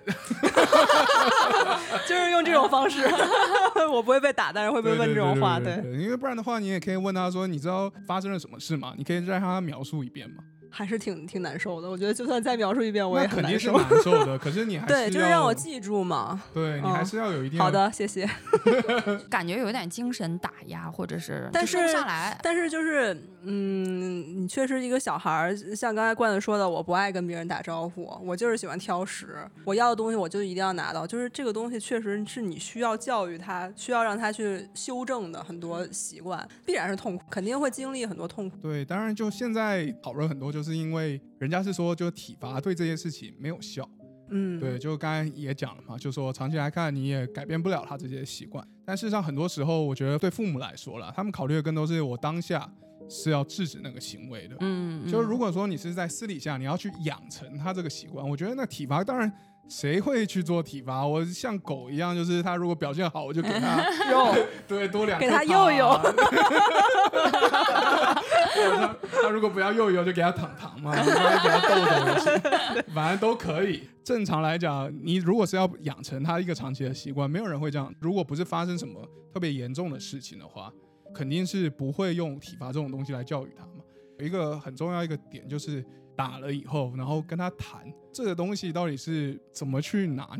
就是用这种方式，我不会被打，但是会被问这种话。对， 对， 对， 对， 对，因为不然的话，你也可以问他说：“你知道发生了什么事吗？”你可以让他描述一遍吗？ 还是挺挺难受的，我觉得就算再描述一遍我也很难受。 那肯定是难受的，可是你还是对，就是让我记住嘛。 对，你还是要有一定、 嗯、好的，谢谢。 感觉有点精神打压，或者是但是不上来。 但是就是嗯，你确实一个小孩，像刚才罐子说的，我不爱跟别人打招呼，我就是喜欢挑食，我要的东西我就一定要拿到，就是这个东西确实是你需要教育他，需要让他去修正的很多习惯，必然是痛苦，肯定会经历很多痛苦。 对，当然就现在讨论很多，就是因为人家是说就体罚对这些事情没有效。 嗯， 对，就刚才也讲了嘛，就说长期来看你也改变不了他这些习惯，但事实上很多时候我觉得对父母来说啦，他们考虑的更多是我当下是要制止那个行为的。 嗯，嗯， 就如果说你是在私底下你要去养成他这个习惯，我觉得那体罚当然谁会去做体罚？我像狗一样，就是他如果表现好我就给他肉对，多两给他幼幼他, 他如果不要幼幼就给他糖糖嘛，给他豆豆也行，反正都可以。正常来讲，你如果是要养成他一个长期的习惯，没有人会这样。如果不是发生什么特别严重的事情的话，肯定是不会用体罚这种东西来教育他嘛。有一个很重要一个点就是打了以后，然后跟他谈这个东西到底是怎么去拿捏。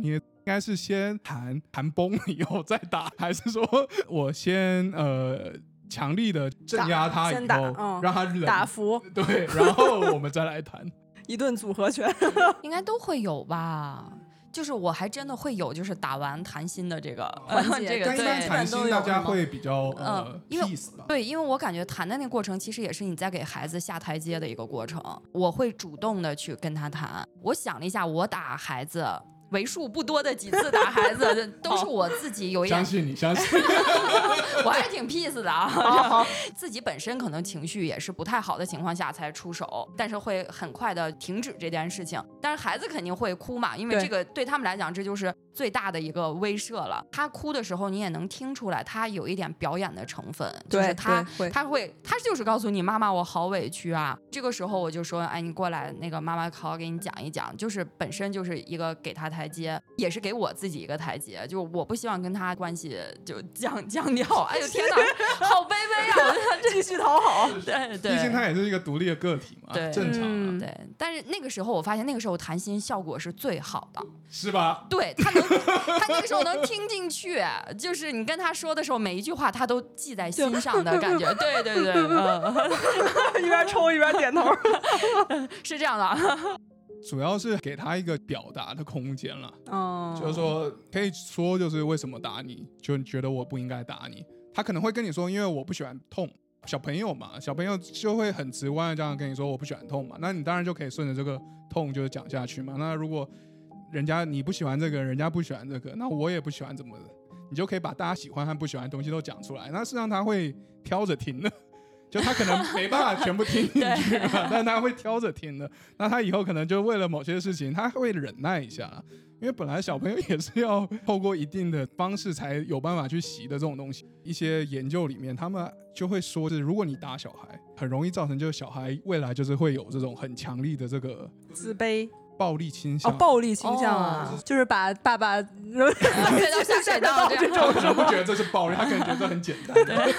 该是先弹弹崩了以后再打，还是说我先呃强力的镇压他以后，嗯、让他冷打服， 对，然后我们再来谈一顿组合拳， 应该都会有吧。就是我还真的会有，就是打完谈心的这个环节， 这个对，但谈心大家会比较呃、 嗯、因为 peace 吧。 对，因为我感觉谈的那个过程，其实也是你在给孩子下台阶的一个过程。我会主动的去跟他谈。我想了一下，我打孩子为数不多的几次打孩子，都是我自己有一点相信你，相信我还是挺 peace 的啊。自己本身可能情绪也是不太好的情况下才出手，但是会很快的停止这件事情。但是孩子肯定会哭嘛，因为这个对他们来讲，这就是最大的一个威慑了。他哭的时候，你也能听出来，他有一点表演的成分，就是他他会他就是告诉你妈妈，我好委屈啊。这个时候我就说，哎，你过来，那个妈妈好好给你讲一讲，就是本身就是一个给他台阶，也是给我自己一个台阶，就我不希望跟他关系就降降掉。哎呦天哪，好卑微啊！ 继续讨好， 对对， 毕竟他也是一个独立的个体嘛， 对， 正常、啊嗯。对，但是那个时候我发现，那个时候谈心效果是最好的， 是吧？ 对他能，他那个时候能听进去，就是你跟他说的时候，每一句话他都记在心上的感觉。对对对， 嗯、一边抽一边点头， 是这样的。 主要是给他一个表达的空间了， 哦， 就是说可以说就是为什么打你，就觉得我不应该打你。他可能会跟你说，因为我不喜欢痛。小朋友嘛，小朋友就会很直观的这样跟你说，我不喜欢痛嘛，那你当然就可以顺着这个痛就是讲下去嘛。那如果人家你不喜欢这个，人家不喜欢这个，那我也不喜欢怎么的，你就可以把大家喜欢和不喜欢的东西都讲出来。那事实上他会挑着听的。就他可能没办法全部听进去嘛，但他会挑着听的。那他以后可能就为了某些事情，他会忍耐一下，因为本来小朋友也是要透过一定的方式才有办法去习的这种东西。一些研究里面，他们就会说是，如果你打小孩，很容易造成就是小孩未来就是会有这种很强力的这个自卑。 暴力倾向哦，暴力倾向啊，哦、就是把爸爸扔到下水道这种， 他可能不觉得这是暴力，他可能觉得这很简单。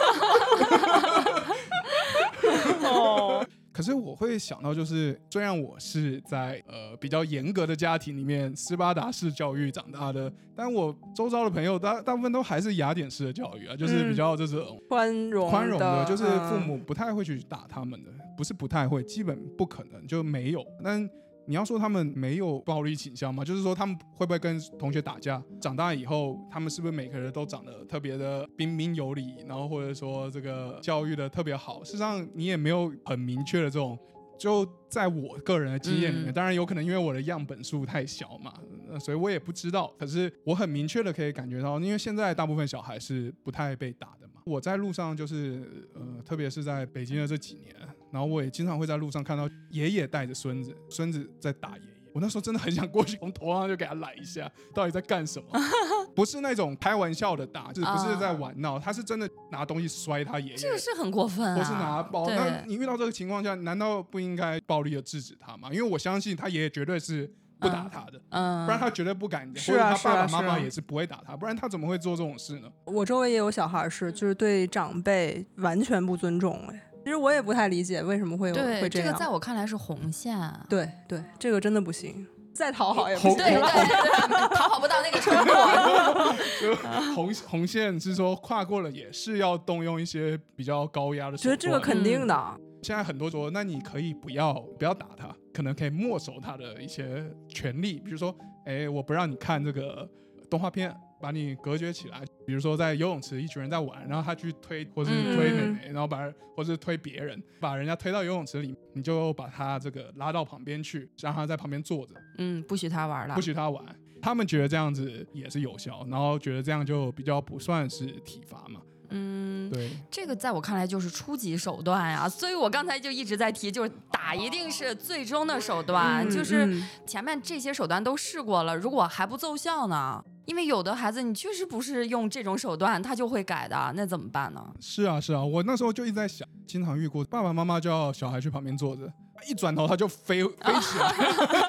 哦，可是我会想到，就是虽然我是在呃比较严格的家庭里面斯巴达式教育长大的，但我周遭的朋友大大部分都还是雅典式的教育啊，就是比较这种宽容宽容的，就是父母不太会去打他们的，不是不太会，基本不可能就没有。但你要说他们没有暴力倾向吗？就是说他们会不会跟同学打架？长大以后，他们是不是每个人都长得特别的彬彬有礼，然后或者说这个教育的特别好？事实上，你也没有很明确的这种。就在我个人的经验里面，嗯、当然有可能因为我的样本数太小嘛，所以我也不知道。可是我很明确的可以感觉到，因为现在大部分小孩是不太被打的嘛。我在路上就是呃，特别是在北京的这几年。然后我也经常会在路上看到爷爷带着孙子，孙子在打爷爷。我那时候真的很想过去从头上就给他来一下，到底在干什么？不是那种开玩笑的打，就是不是在玩闹，他是真的拿东西摔他爷爷， 这个是很过分啊。 或是拿包。那你遇到这个情况下，难道不应该暴力的制止他吗？因为我相信他爷爷绝对是不打他的，嗯，不然他绝对不敢， 是啊， 或者他爸爸妈妈也是不会打他，不然他怎么会做这种事呢？ 我周围也有小孩是，就是对长辈完全不尊重，哎。其实我也不太理解为什么会有对会这样， 这个在我看来是红线。 对对，这个真的不行，再讨好也不行， 对对对，讨好不到那个程度。 红红线是说跨过了也是要动用一些比较高压的手段， 觉得这个肯定的。嗯、 现在很多说，那你可以不要不要打他，可能可以没收他的一些权利，比如说，哎，我不让你看这个动画片。把你隔绝起来，比如说在游泳池一群人在玩，然后他去推或是推妹妹，嗯、然后把或是推别人，把人家推到游泳池里，你就把他这个拉到旁边去，让他在旁边坐着， 嗯，不许他玩了， 不许他玩。他们觉得这样子也是有效，然后觉得这样就比较不算是体罚嘛。 嗯， 对， 这个在我看来就是初级手段呀，所以我刚才就一直在提，就是打一定是最终的手段， 嗯、 就是前面这些手段都试过了，如果还不奏效呢？因为有的孩子你确实不是用这种手段他就会改的，那怎么办呢？ 是啊是啊，我那时候就一直在想，经常遇过爸爸妈妈叫小孩去旁边坐着，一转头他就飞飞起来，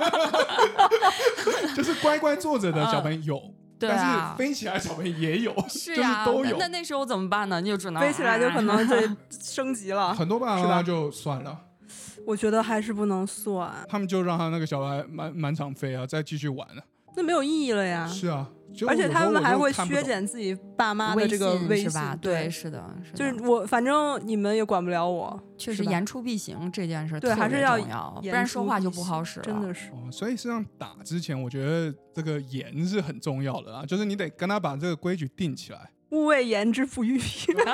就是乖乖坐着的小朋友有。嗯对啊、 但是飞起来小朋友也有， 是呀、啊， 就是都有。 那那时候怎么办呢？你就只能飞起来就可能就升级了。 很多爸爸妈妈就算了， 我觉得还是不能算。 他们就让他那个小孩满满场飞啊，再继续玩啊。 那没有意义了呀。 是啊， 而且他们还会削减自己爸妈的这个微信， 是吧？对，是的，是的， 就是我反正你们也管不了我， 确实言出必行这件事对还是要重要，不然说话就不好使了， 真的是。 哦，所以实际上打之前，我觉得这个言是很重要的啊，就是你得跟他把这个规矩定起来。 勿谓言之不预，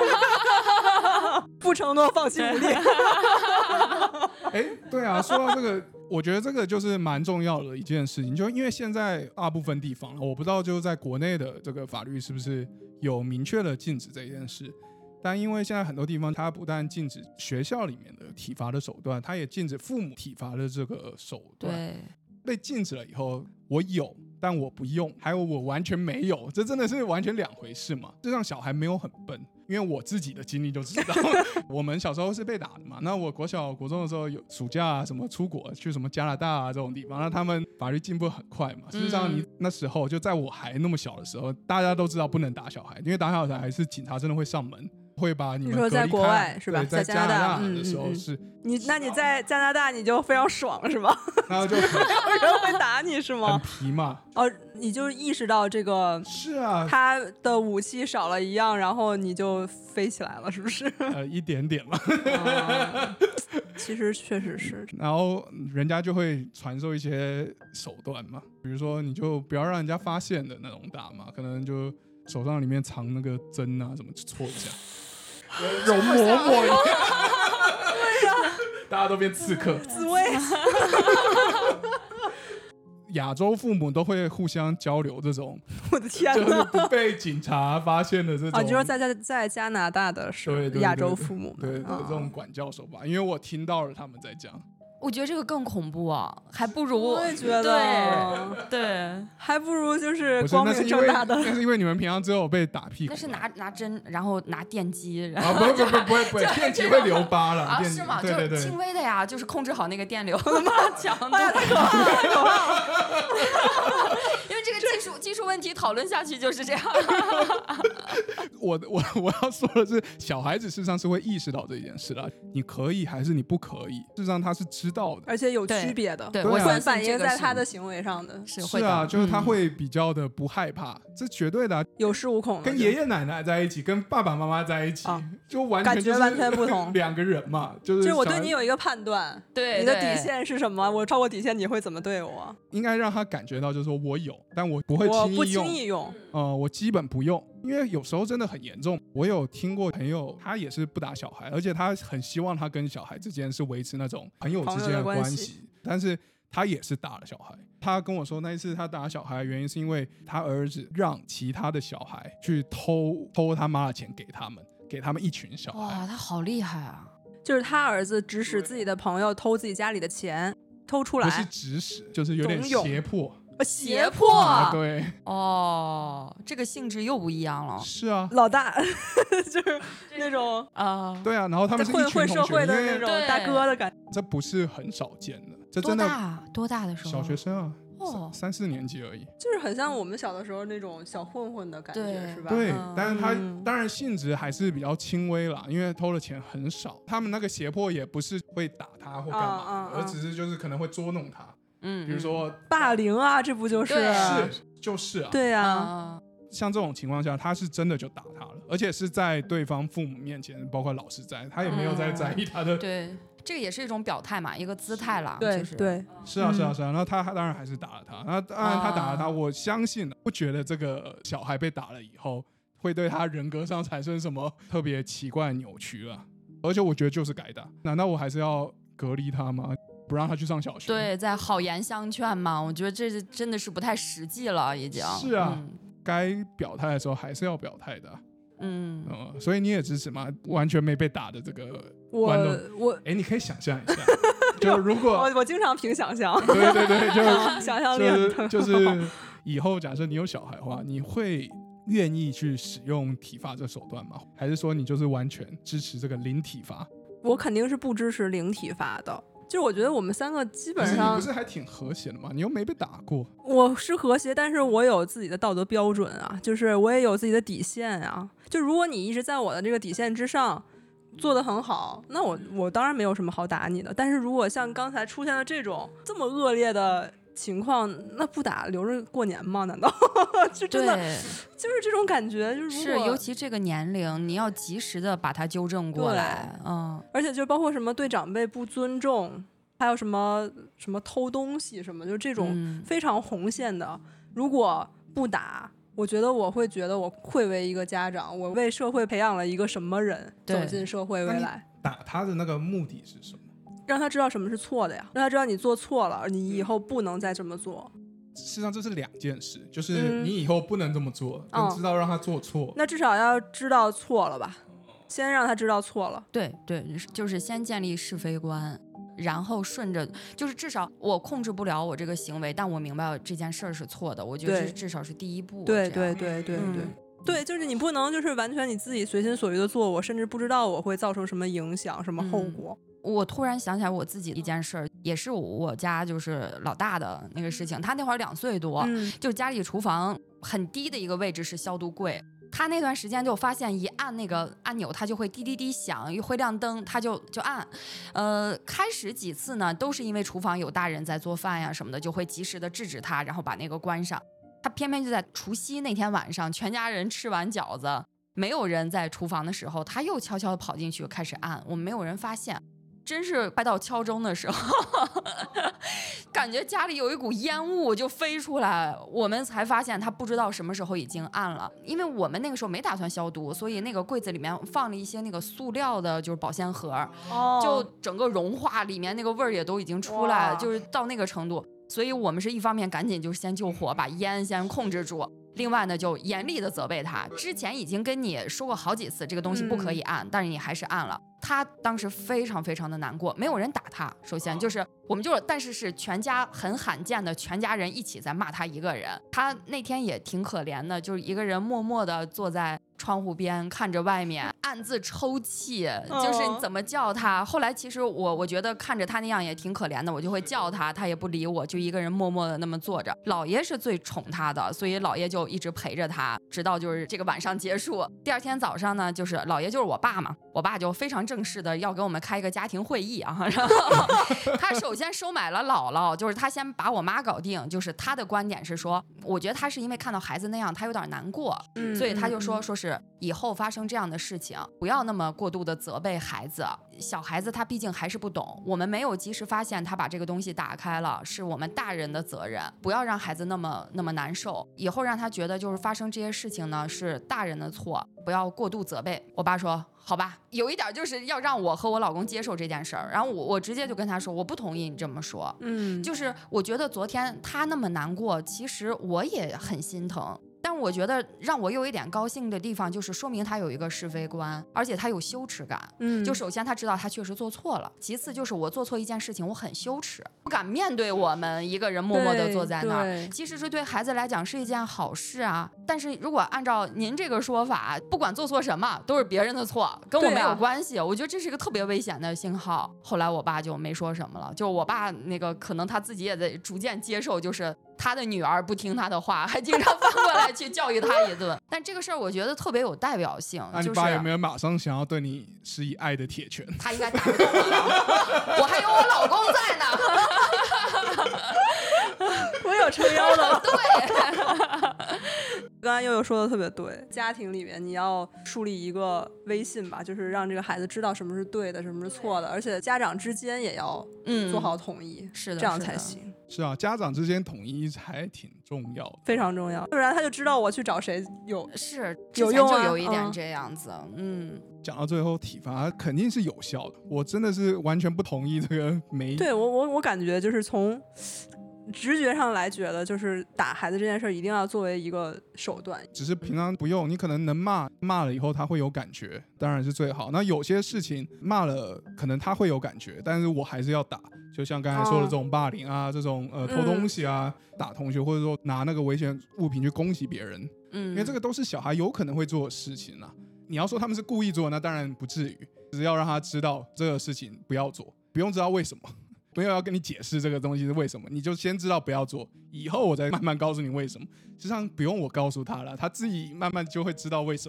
不承诺放弃努力。 哎，对啊，说到这个，我觉得这个就是蛮重要的一件事情，就因为现在大部分地方，我不知道就是在国内的这个法律是不是有明确的禁止这件事，但因为现在很多地方它不但禁止学校里面的体罚的手段，它也禁止父母体罚的这个手段。 对， 被禁止了以后，我有但我不用，还有我完全没有，这真的是完全两回事嘛。这让小孩没有很笨，因为我自己的经历就知道，我们小时候是被打的嘛。那我国小国中的时候有暑假啊，什么出国去什么加拿大啊这种地方，那他们法律进步很快嘛。事实上，你那时候就在我还那么小的时候，大家都知道不能打小孩，因为打小孩是警察真的会上门。会把你们你说在国外是吧？ 在加拿大的时候是、 嗯嗯、你，那你在加拿大你就非常爽是吧？ 然后就没有人会打你是吗？ 很皮嘛。 哦，你就意识到这个是啊， 他的武器少了一样，然后你就飞起来了，是不是？ 呃，一点点嘛。 哦、其实确实是。 然后人家就会传授一些手段嘛，比如说你就不要让人家发现的那种打嘛，可能就手上里面藏那个针啊，怎么戳一下。容嬷嬷一样，对呀，大家都变刺客， 紫薇。 亚洲父母都会互相交流这种， 我的天哪， 就是不被警察发现的这种。 啊，你说在在在加拿大的是亚洲父母对 对, 对, 对、哦、这种管教手法，因为我听到了他们在讲。 我觉得这个更恐怖啊，还不如我也觉得， 对对， 还不如就是光明正大的。 那是因为你们平常只有被打屁股， 那是拿拿针，然后拿电击，然后、啊、不不不不会不会，电击会留疤了啊？是吗？ 对对对， 就轻微的呀，就是控制好那个电流。我的妈，强度太可怕了，太可怕了！ 因为这个技术技术问题讨论下去就是这样。 我我我要说的是，小孩子事实上是会意识到这件事的，你可以还是你不可以，事实上他是知道的， 而且有区别的， 对， 对我会反映在他的行为上的， 是会是啊，就是他会比较的不害怕，嗯、这绝对的、啊， 有恃无恐。 跟爷爷奶奶在一起，跟爸爸妈妈在一起，啊、就完全就是感觉完全不同， 两个人嘛，就是就是我对你有一个判断， 对， 你的底线是什么？我超过底线你会怎么对我？ 应该让他感觉到，就是说我有，但我不会轻易用， 我不轻易用， 呃，我基本不用。因为有时候真的很严重，我有听过朋友，他也是不打小孩，而且他很希望他跟小孩之间是维持那种朋友之间的关系，但是他也是打了小孩。他跟我说那一次他打小孩的原因是因为他儿子让其他的小孩去偷偷他妈的钱给他们，给他们一群小孩。 哇，他好厉害啊！ 就是他儿子指使自己的朋友偷自己家里的钱，偷出来， 不是指使，就是有点胁迫。 胁迫、 啊、对哦，这个性质又不一样了。 是啊， 老大就是那种啊、uh, 对啊，然后他们是一群混社会的那种大哥的感觉， 这不是很少见的，这真的多大多大的时候？ 小学生啊， 哦， 三四年级而已， 就是很像我们小的时候那种小混混的感觉，是吧？ 对， 嗯、 但是他、嗯、当然性质还是比较轻微啦，因为偷的钱很少，他们那个胁迫也不是会打他或干嘛， 啊啊、 而只是就是可能会捉弄他。嗯，比如说霸凌啊，这不就是是就是啊， 对啊， 像这种情况下，他是真的就打他了，而且是在对方父母面前，包括老师在，他也没有在在意他的。 嗯、对，这个也是一种表态嘛，一个姿态啦。 对、 就是、 对， 是啊是啊是啊，然后他当然还是打了他，那当然他打了他，啊、我相信不觉得这个小孩被打了以后会对他人格上产生什么特别奇怪的扭曲啊，而且我觉得就是该打，难道我还是要隔离他吗？不让他去上小学， 对，在好言相劝嘛，我觉得这是真的是不太实际了，已经是啊，嗯、该表态的时候还是要表态的， 嗯, 嗯，所以你也支持吗？完全没被打的这个我我哎，你可以想象一下，就如果我我经常凭想象， 对对对，就想象力很就, 就是以后假设你有小孩的话，你会愿意去使用体罚这手段吗？还是说你就是完全支持这个零体罚？ 我肯定是不支持零体罚的。就是我觉得我们三个基本上， 你不是还挺和谐的吗？你又没被打过。 我是和谐，但是我有自己的道德标准啊，就是我也有自己的底线啊。就如果你一直在我的这个底线之上做得很好，那我我当然没有什么好打你的。但是如果像刚才出现了这种这么恶劣的情况，那不打留着过年吗？难道就真的就是这种感觉？就是是，尤其这个年龄，你要及时的把它纠正过来。嗯， 而且就包括什么对长辈不尊重，还有什么什么偷东西什么，就这种非常红线的，嗯、如果不打。我觉得我会觉得我会为一个家长，我为社会培养了一个什么人走进社会未来。 打他的那个目的是什么？ 让他知道什么是错的呀，让他知道你做错了，你以后不能再这么做。 事实上这是两件事，就是你以后不能这么做，嗯、跟知道让他做错、 嗯。那至少要知道错了吧，先让他知道错了。 对对，就是先建立是非观。然后顺着，就是至少我控制不了我这个行为，但我明白这件事儿是错的，我觉得这至少是第一步。 对对对对对、嗯、对，就是你不能就是完全你自己随心所欲的做，我甚至不知道我会造成什么影响、什么后果。 嗯、我突然想起来我自己一件事儿，也是我家就是老大的那个事情，他那会儿两岁多，嗯、就家里厨房很低的一个位置是消毒柜。他那段时间就发现一按那个按钮，他就会滴滴滴响，一会亮灯，他就就按。呃，开始几次呢，都是因为厨房有大人在做饭呀什么的，就会及时的制止他，然后把那个关上。他偏偏就在除夕那天晚上，全家人吃完饺子，没有人在厨房的时候，他又悄悄的跑进去开始按，我们没有人发现。真是快到敲钟的时候感觉家里有一股烟雾就飞出来，我们才发现他不知道什么时候已经按了。因为我们那个时候没打算消毒，所以那个柜子里面放了一些那个塑料的就是保鲜盒、哦、就整个融化，里面那个味儿也都已经出来了，就是到那个程度。所以我们是一方面赶紧就先救火，把烟先控制住，另外呢就严厉的责备他，之前已经跟你说过好几次这个东西不可以按、嗯、但是你还是按了。他当时非常非常的难过，没有人打他，首先就是我们就是但是是全家很罕见的全家人一起在骂他一个人。他那天也挺可怜的，就是一个人默默的坐在窗户边看着外面暗自抽泣，就是你怎么叫他、哦、后来其实我我觉得看着他那样也挺可怜的，我就会叫他，他也不理我，就一个人默默的那么坐着。姥爷是最宠他的，所以姥爷就一直陪着他，直到就是这个晚上结束。第二天早上呢，就是姥爷就是我爸嘛，我爸就非常正式的要给我们开一个家庭会议啊，然后他首先收买了姥姥，就是他先把我妈搞定，就是他的观点是说，我觉得他是因为看到孩子那样他有点难过、嗯、所以他就说说是以后发生这样的事情不要那么过度的责备孩子，小孩子他毕竟还是不懂，我们没有及时发现他把这个东西打开了，是我们大人的责任，不要让孩子那么那么难受，以后让他觉得就是发生这些事情呢是大人的错，不要过度责备。我爸说好吧，有一点就是要让我和我老公接受这件事儿，然后我我直接就跟他说我不同意你这么说，嗯，就是我觉得昨天他那么难过，其实我也很心疼，但我觉得让我有一点高兴的地方就是说明他有一个是非观，而且他有羞耻感，嗯，就首先他知道他确实做错了，其次就是我做错一件事情我很羞耻，不敢面对我们一个人默默地坐在那儿，其实是对孩子来讲是一件好事啊，但是如果按照您这个说法，不管做错什么都是别人的错，跟我没有关系、啊、我觉得这是一个特别危险的信号。后来我爸就没说什么了，就我爸那个可能他自己也在逐渐接受，就是他的女儿不听他的话，还经常翻过来去教育他一顿但这个事儿我觉得特别有代表性。 那你爸有没有马上想要对你施以爱的铁拳？ 他应该打不动我我还有我老公在呢我有撑腰的对刚才悠悠说的特别对，家庭里面你要树立一个威信吧，就是让这个孩子知道什么是对的什么是错的，而且家长之间也要做好统一、嗯、是的，这样才行。 是啊，家长之间统一还挺重要的， 非常重要，不然他就知道我去找谁有是有用、啊、 就有一点这样子。嗯， 讲到最后体罚肯定是有效的，我真的是完全不同意这个没对我我我感觉就是从直觉上来觉得就是打孩子这件事一定要作为一个手段， 只是平常不用，你可能能骂骂了以后他会有感觉当然是最好，那有些事情骂了可能他会有感觉，但是我还是要打，就像刚才说的这种霸凌啊、哦、这种呃偷东西啊、嗯、打同学，或者说拿那个危险物品去攻击别人，嗯，因为这个都是小孩有可能会做的事情啊。你要说他们是故意做，那当然不至于，只是要让他知道这个事情不要做，不用知道为什么，不要要跟你解释这个东西是为什么，你就先知道不要做，以后我再慢慢告诉你为什么。实际上不用我告诉他了，他自己慢慢就会知道为什么。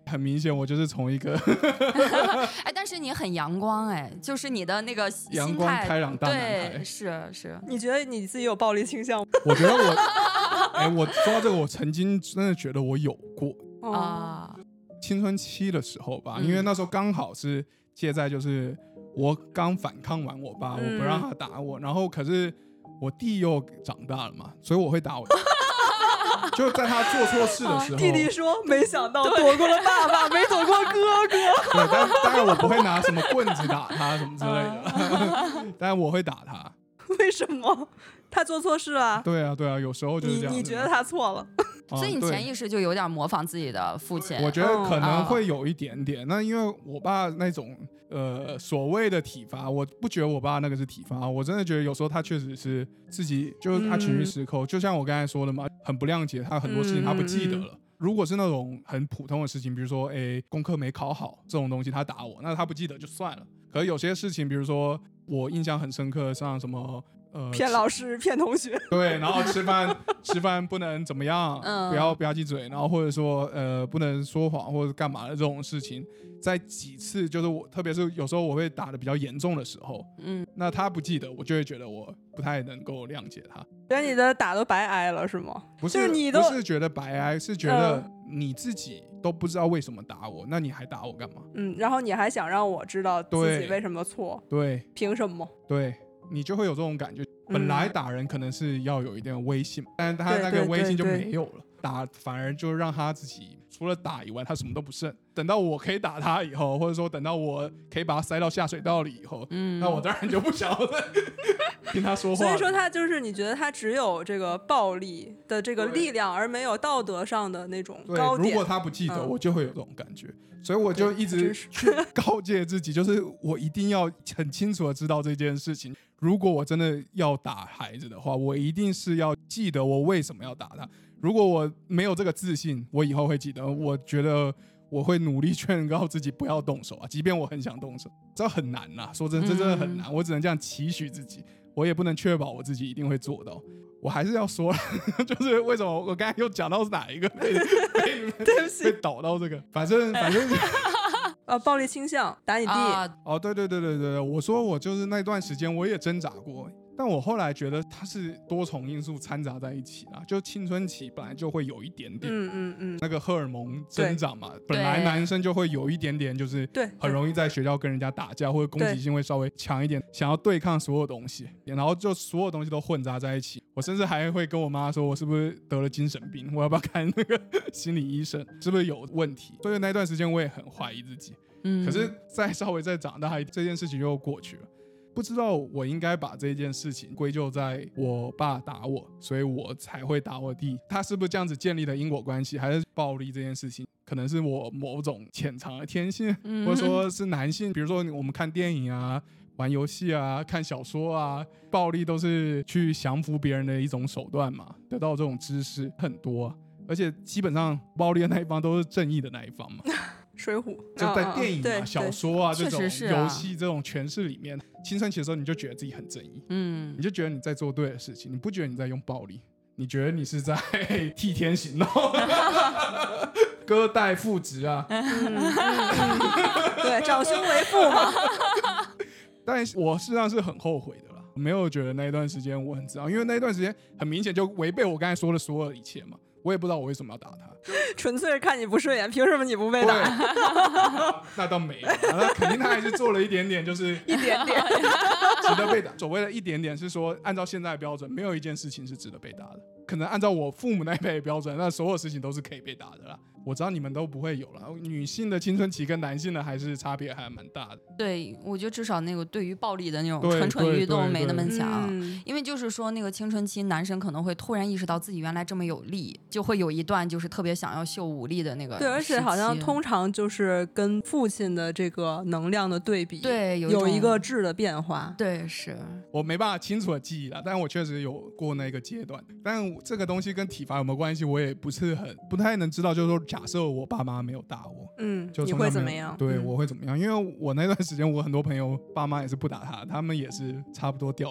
很明显我就是从一个哎，但是你很阳光哎，就是你的那个心态阳光开朗大男孩。 对，是是。 你觉得你自己有暴力倾向吗？ 我觉得我，哎，我说到这个，我曾经真的觉得我有过啊、哦， 青春期的时候吧， 嗯、 因为那时候刚好是介在就是我刚反抗完我爸， 嗯、 我不让他打我，然后可是我弟又长大了嘛，所以我会打我。就在他做错事的时候， 啊、弟弟说：“没想到躲过了爸爸，没躲过哥哥。” 对，但当然我不会拿什么棍子打他什么之类的，但我会打他。 为什么？他做错事了？ 对啊，对啊，有时候就是这样。 你你觉得他错了？ 所以你潜意识就有点模仿自己的父亲。 我觉得可能会有一点点。哦、那因为我爸那种呃所谓的体罚，我不觉得我爸那个是体罚，我真的觉得有时候他确实是自己就是他情绪失控，嗯、就像我刚才说的嘛，很不谅解他很多事情他不记得了。嗯嗯嗯如果是那种很普通的事情，比如说哎功课没考好这种东西，他打我，那他不记得就算了。可是有些事情，比如说我印象很深刻，像什么。呃， 骗老师骗同学， 对，然后吃饭吃饭不能怎么样，嗯、不要吧唧嘴，然后或者说呃不能说谎或者干嘛的这种事情，在几次就是我，特别是有时候我会打得比较严重的时候，嗯，那他不记得，我就会觉得我不太能够谅解他。 觉得你的打都白挨了是吗？ 不是， 就是你都不是觉得白挨，是觉得你自己都不知道为什么打我，那你还打我干嘛？ 嗯，然后你还想让我知道自己为什么错？ 对， 凭什么？ 对。你就会有这种感觉，本来打人可能是要有一点威信，嗯、但是他那个威信就没有了，打反而就让他自己除了打以外，他什么都不剩。等到我可以打他以后，或者说等到我可以把他塞到下水道里以后，嗯、那我当然就不想要再听他说话。 所以说他就是你觉得他只有这个暴力的这个力量，而没有道德上的那种高点。 如果他不记得，嗯、我就会有这种感觉。所以我就一直去告诫自己，就是我一定要很清楚的知道这件事情。如果我真的要打孩子的话，我一定是要记得我为什么要打他。如果我没有这个自信，我以后会记得。我觉得我会努力劝告自己不要动手啊，即便我很想动手，这很难呐、啊。说真的，这真的很难。我只能这样期许自己，我也不能确保我自己一定会做到。我还是要说，就是为什么我刚才又讲到是哪一个被被对不起被导到这个，反正反正。 呃，暴力倾向打你弟、啊、 哦，对对对对对，我说我就是那段时间我也挣扎过，但我后来觉得它是多重因素掺杂在一起啦，就青春期本来就会有一点点，嗯嗯嗯，那个荷尔蒙增长嘛，本来男生就会有一点点，就是很容易在学校跟人家打架，或者攻击性会稍微强一点，想要对抗所有东西，然后就所有东西都混杂在一起。我甚至还会跟我妈说，我是不是得了精神病？我要不要看那个心理医生？是不是有问题？所以那段时间我也很怀疑自己。嗯，可是再稍微再长大，这件事情又过去了。不知道我应该把这件事情归咎在我爸打我，所以我才会打我弟。他是不是这样子建立的因果关系，还是暴力这件事情可能是我某种潜藏的天性，嗯、或者说是男性，比如说我们看电影啊、玩游戏啊、看小说啊，暴力都是去降服别人的一种手段嘛，得到这种知识很多、啊，而且基本上暴力的那一方都是正义的那一方嘛。 水浒就在电影啊、哦、小说啊这种游戏、 啊、 这种诠释里面，青春期的时候你就觉得自己很正义，嗯，你就觉得你在做对的事情，你不觉得你在用暴力，你觉得你是在替天行道，哥代父职啊，嗯嗯嗯、对，长兄为父嘛。 但我事实上是很后悔的啦，没有觉得那一段时间我很知道，因为那一段时间很明显就违背我刚才说的所有的一切嘛。我也不知道我为什么要打他， 纯粹是看你不顺眼，凭什么你不被打？ 那倒没有，那肯定他还是做了一点点，就是一点点值得被打。所谓的一点点是说，按照现在的标准，没有一件事情是值得被打的。可能按照我父母那一辈的标准，那所有事情都是可以被打的啦。我知道你们都不会有了，女性的青春期跟男性的还是差别还蛮大的。 对，我觉得至少那个对于暴力的那种蠢蠢欲动没那么强，因为就是说那个青春期男生可能会突然意识到自己原来这么有力，就会有一段就是特别想要秀武力的那个。 对，而且好像通常就是跟父亲的这个能量的对比， 对，有一, 有一个质的变化。 对，是我没办法清楚的记忆了，但我确实有过那个阶段。但这个东西跟体罚有没有关系，我也不是很不太能知道。就是说，假设我爸妈没有打我， 嗯， 就你会怎么样？ 对、 嗯， 我会怎么样？因为我那段时间，我很多朋友爸妈也是不打他，他们也是差不多调调。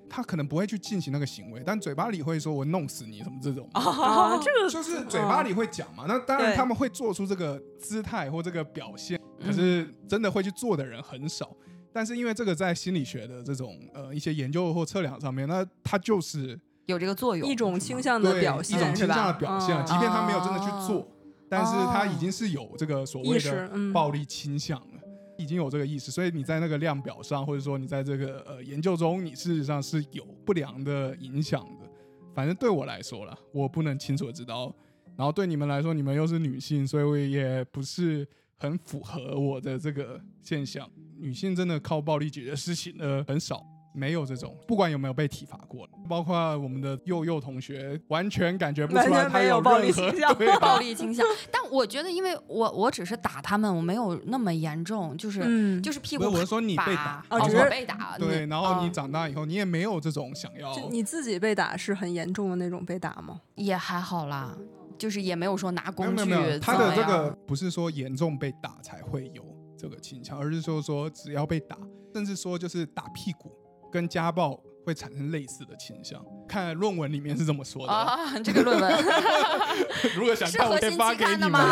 他可能不会去进行那个行为，但嘴巴里会说我弄死你什么这种啊，这个就是嘴巴里会讲嘛。那当然他们会做出这个姿态或这个表现，可是真的会去做的人很少。但是因为这个在心理学的这种呃一些研究或测量上面，那它就是有这个作用， 一种倾向的表现， 一种倾向的表现， 嗯、 即便他没有真的去做，哦、但是他已经是有这个所谓的暴力倾向了。已经有这个意识，所以你在那个量表上，或者说你在这个呃研究中，你事实上是有不良的影响的。反正对我来说啦，我不能清楚的知道。然后对你们来说，你们又是女性，所以我也不是很符合我的这个现象。女性真的靠暴力解决事情的很少。没有这种，不管有没有被体罚过，包括我们的佑佑同学，完全感觉不出来他有暴力倾向。 暴力倾向，但我觉得，因为我我只是打他们，我没有那么严重，就是、嗯、就是屁股打。 我是说你被打， 哦，我被打。 对，然后你长大以后，你也没有这种想要。 就你自己被打是很严重的那种被打吗？ 也还好啦，就是也没有说拿工具。 没有没有，他的这个不是说严重被打才会有这个倾向，而是说说只要被打，甚至说就是打屁股。跟家暴会产生类似的倾向，看论文里面是这么说的啊。这个论文， 如果想看，我可以发给你们。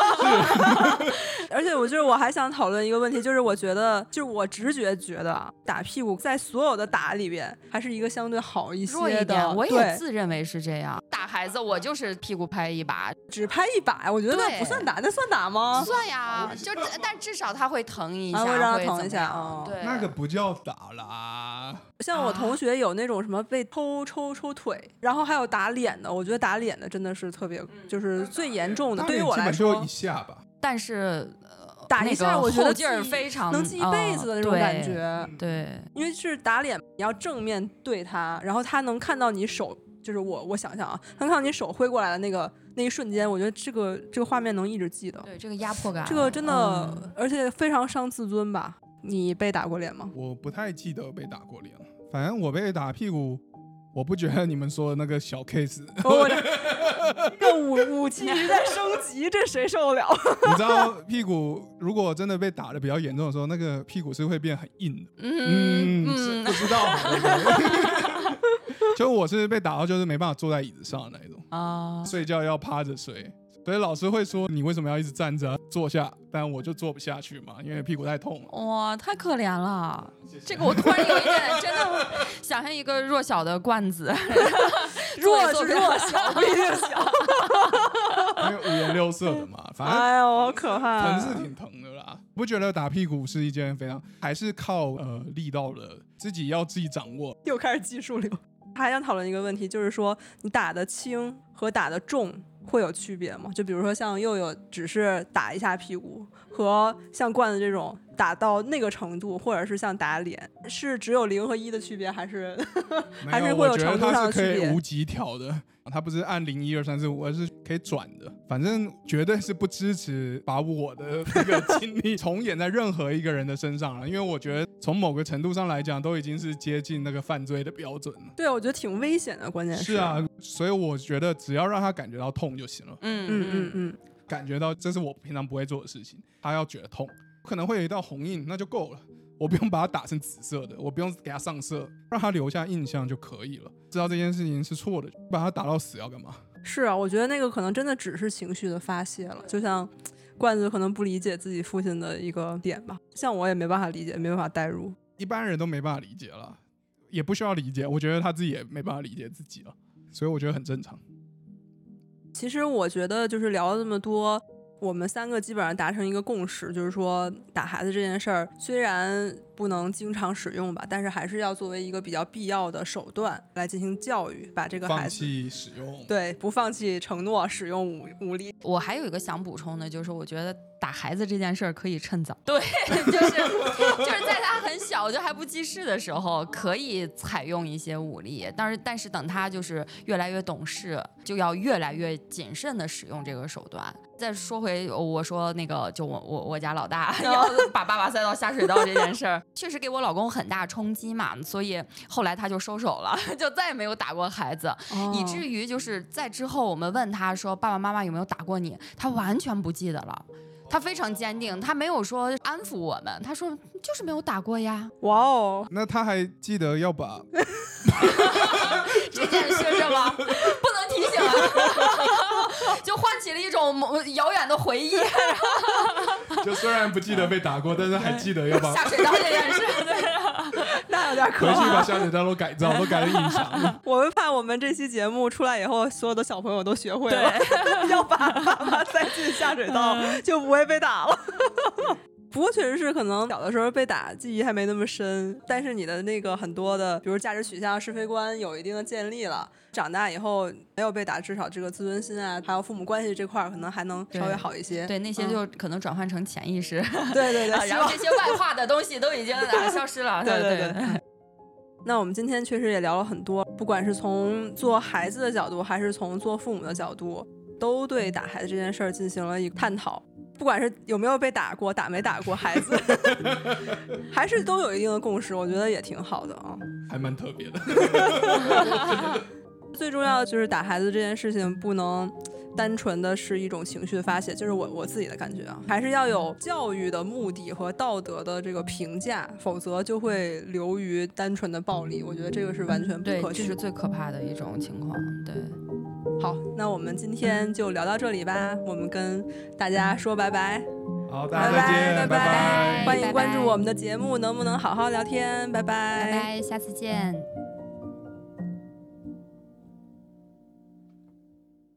而且我就是我还想讨论一个问题，就是我觉得，就是我直觉觉得打屁股在所有的打里边还是一个相对好一些的。 弱一点，我也自认为是这样。打孩子我就是屁股拍一把， 只拍一把呀，我觉得那不算打，那算打吗？ 算呀，就但至少他会疼一下， 啊、会让他疼一下啊。 对， 那个不叫打啦。 像我同学有那种什么被抽抽抽腿，然后还有打脸的，我觉得打脸的真的是特别，就是最严重的。对于我来说， 就一下吧。 但是、 呃、打一下，我觉得劲儿非常能记一辈子的那种感觉。 嗯、对, 对， 因为是打脸，你要正面对他，然后他能看到你手，就是我我想想啊，他能看到你手挥过来的那个那一瞬间，我觉得这个这个画面能一直记得。 对，这个压迫感， 这个真的，嗯、而且非常伤自尊吧。你被打过脸吗？ 我不太记得被打过脸，反正我被打屁股，我不觉得你们说的那个小 case。 哦、这个武武器一直在升级，这谁受得了？ 你知道屁股如果真的被打得比较严重的时候，那个屁股是会变很硬的。嗯嗯，不知道。就我是被打到就是没办法坐在椅子上的那种啊，睡觉要趴着睡。所以老师会说你为什么要一直站着、啊、坐下，但我就坐不下去嘛，因为屁股太痛了。 哇，太可怜了。谢谢。这个我突然有一点真的想象一个弱小的罐子。 弱是弱小，不一定小。 因为五颜六色的嘛，反正哎呦好可怕， 疼是挺疼的啦。不觉得打屁股是一件非常，还是靠呃力道的，自己要自己掌握。 又开始技术流。还想讨论一个问题，就是说你打的轻和打的重会有区别吗？就比如说像佑佑只是打一下屁股，和像罐子这种打到那个程度，或者是像打脸，是只有零和一的区别，还是还是会有程度上的区别？ 我觉得它是可以无极调的，它不是按零一二三四五，而是可以转的。反正绝对是不支持把我的这个经历重演在任何一个人的身上了，因为我觉得从某个程度上来讲，都已经是接近那个犯罪的标准了。 对，我觉得挺危险的，关键是。 是啊，所以我觉得只要让他感觉到痛就行了。 嗯嗯嗯嗯， 感觉到这是我平常不会做的事情，他要觉得痛，可能会有一道红印，那就够了。我不用把它打成紫色的，我不用给它上色，让它留下印象就可以了。知道这件事情是错的，把它打到死要干嘛？ 是啊，我觉得那个可能真的只是情绪的发泄了，就像罐子可能不理解自己父亲的一个点吧，像我也没办法理解，没办法代入， 一般人都没办法理解了，也不需要理解，我觉得他自己也没办法理解自己了，所以我觉得很正常。 其实我觉得就是聊了这么多，我们三个基本上达成一个共识，就是说打孩子这件事儿虽然不能经常使用吧，但是还是要作为一个比较必要的手段来进行教育，把这个孩子放弃使用， 对，不放弃承诺使用武武力。 我还有一个想补充的，就是我觉得打孩子这件事儿可以趁早，对，就是就是在他很小就还不记事的时候，可以采用一些武力，但是但是等他就是越来越懂事，就要越来越谨慎的使用这个手段。再说回我说那个，就我我我家老大要把爸爸塞到下水道这件事儿，确实给我老公很大冲击嘛，所以后来他就收手了，就再也没有打过孩子，哦、以至于就是在之后我们问他说爸爸妈妈有没有打过你，他完全不记得了。他非常坚定，他没有说安抚我们，他说就是没有打过呀。 哇哦， 那他还记得要把这件事是吗？不能提醒啊，就唤起了一种遥远的回忆。 就虽然不记得被打过，但是还记得要把下水道这件事，对， 那有点可怕。回去把下水道都改造，都改了隐藏。 我们怕我们这期节目出来以后，所有的小朋友都学会了，要把爸爸塞进下水道，就不会被打了。不过确实是可能小的时候被打记忆还没那么深，但是你的那个很多的比如价值取向是非观有一定的建立了，长大以后没有被打，至少这个自尊心啊还有父母关系这块可能还能稍微好一些。 对, 对那些就可能转换成潜意识、 嗯、对对对、啊、 然后这些外化的东西都已经、啊、消失了。 对对 对, 对, 对那我们今天确实也聊了很多，不管是从做孩子的角度还是从做父母的角度，都对打孩子这件事儿进行了一个探讨。不管是有没有被打过，打没打过孩子还是都有一定的共识，我觉得也挺好的啊， 还蛮特别的。 最重要的就是打孩子这件事情不能单纯的是一种情绪的发泄，就是我我自己的感觉啊，还是要有教育的目的和道德的这个评价，否则就会流于单纯的暴力。我觉得这个是完全不可取， 对，这是最可怕的一种情况。对， 好，那我们今天就聊到这里吧，我们跟大家说拜拜。 好，大家再见， 拜拜， 拜拜， 欢迎关注我们的节目，能不能好好聊天？拜拜， 拜拜，下次见。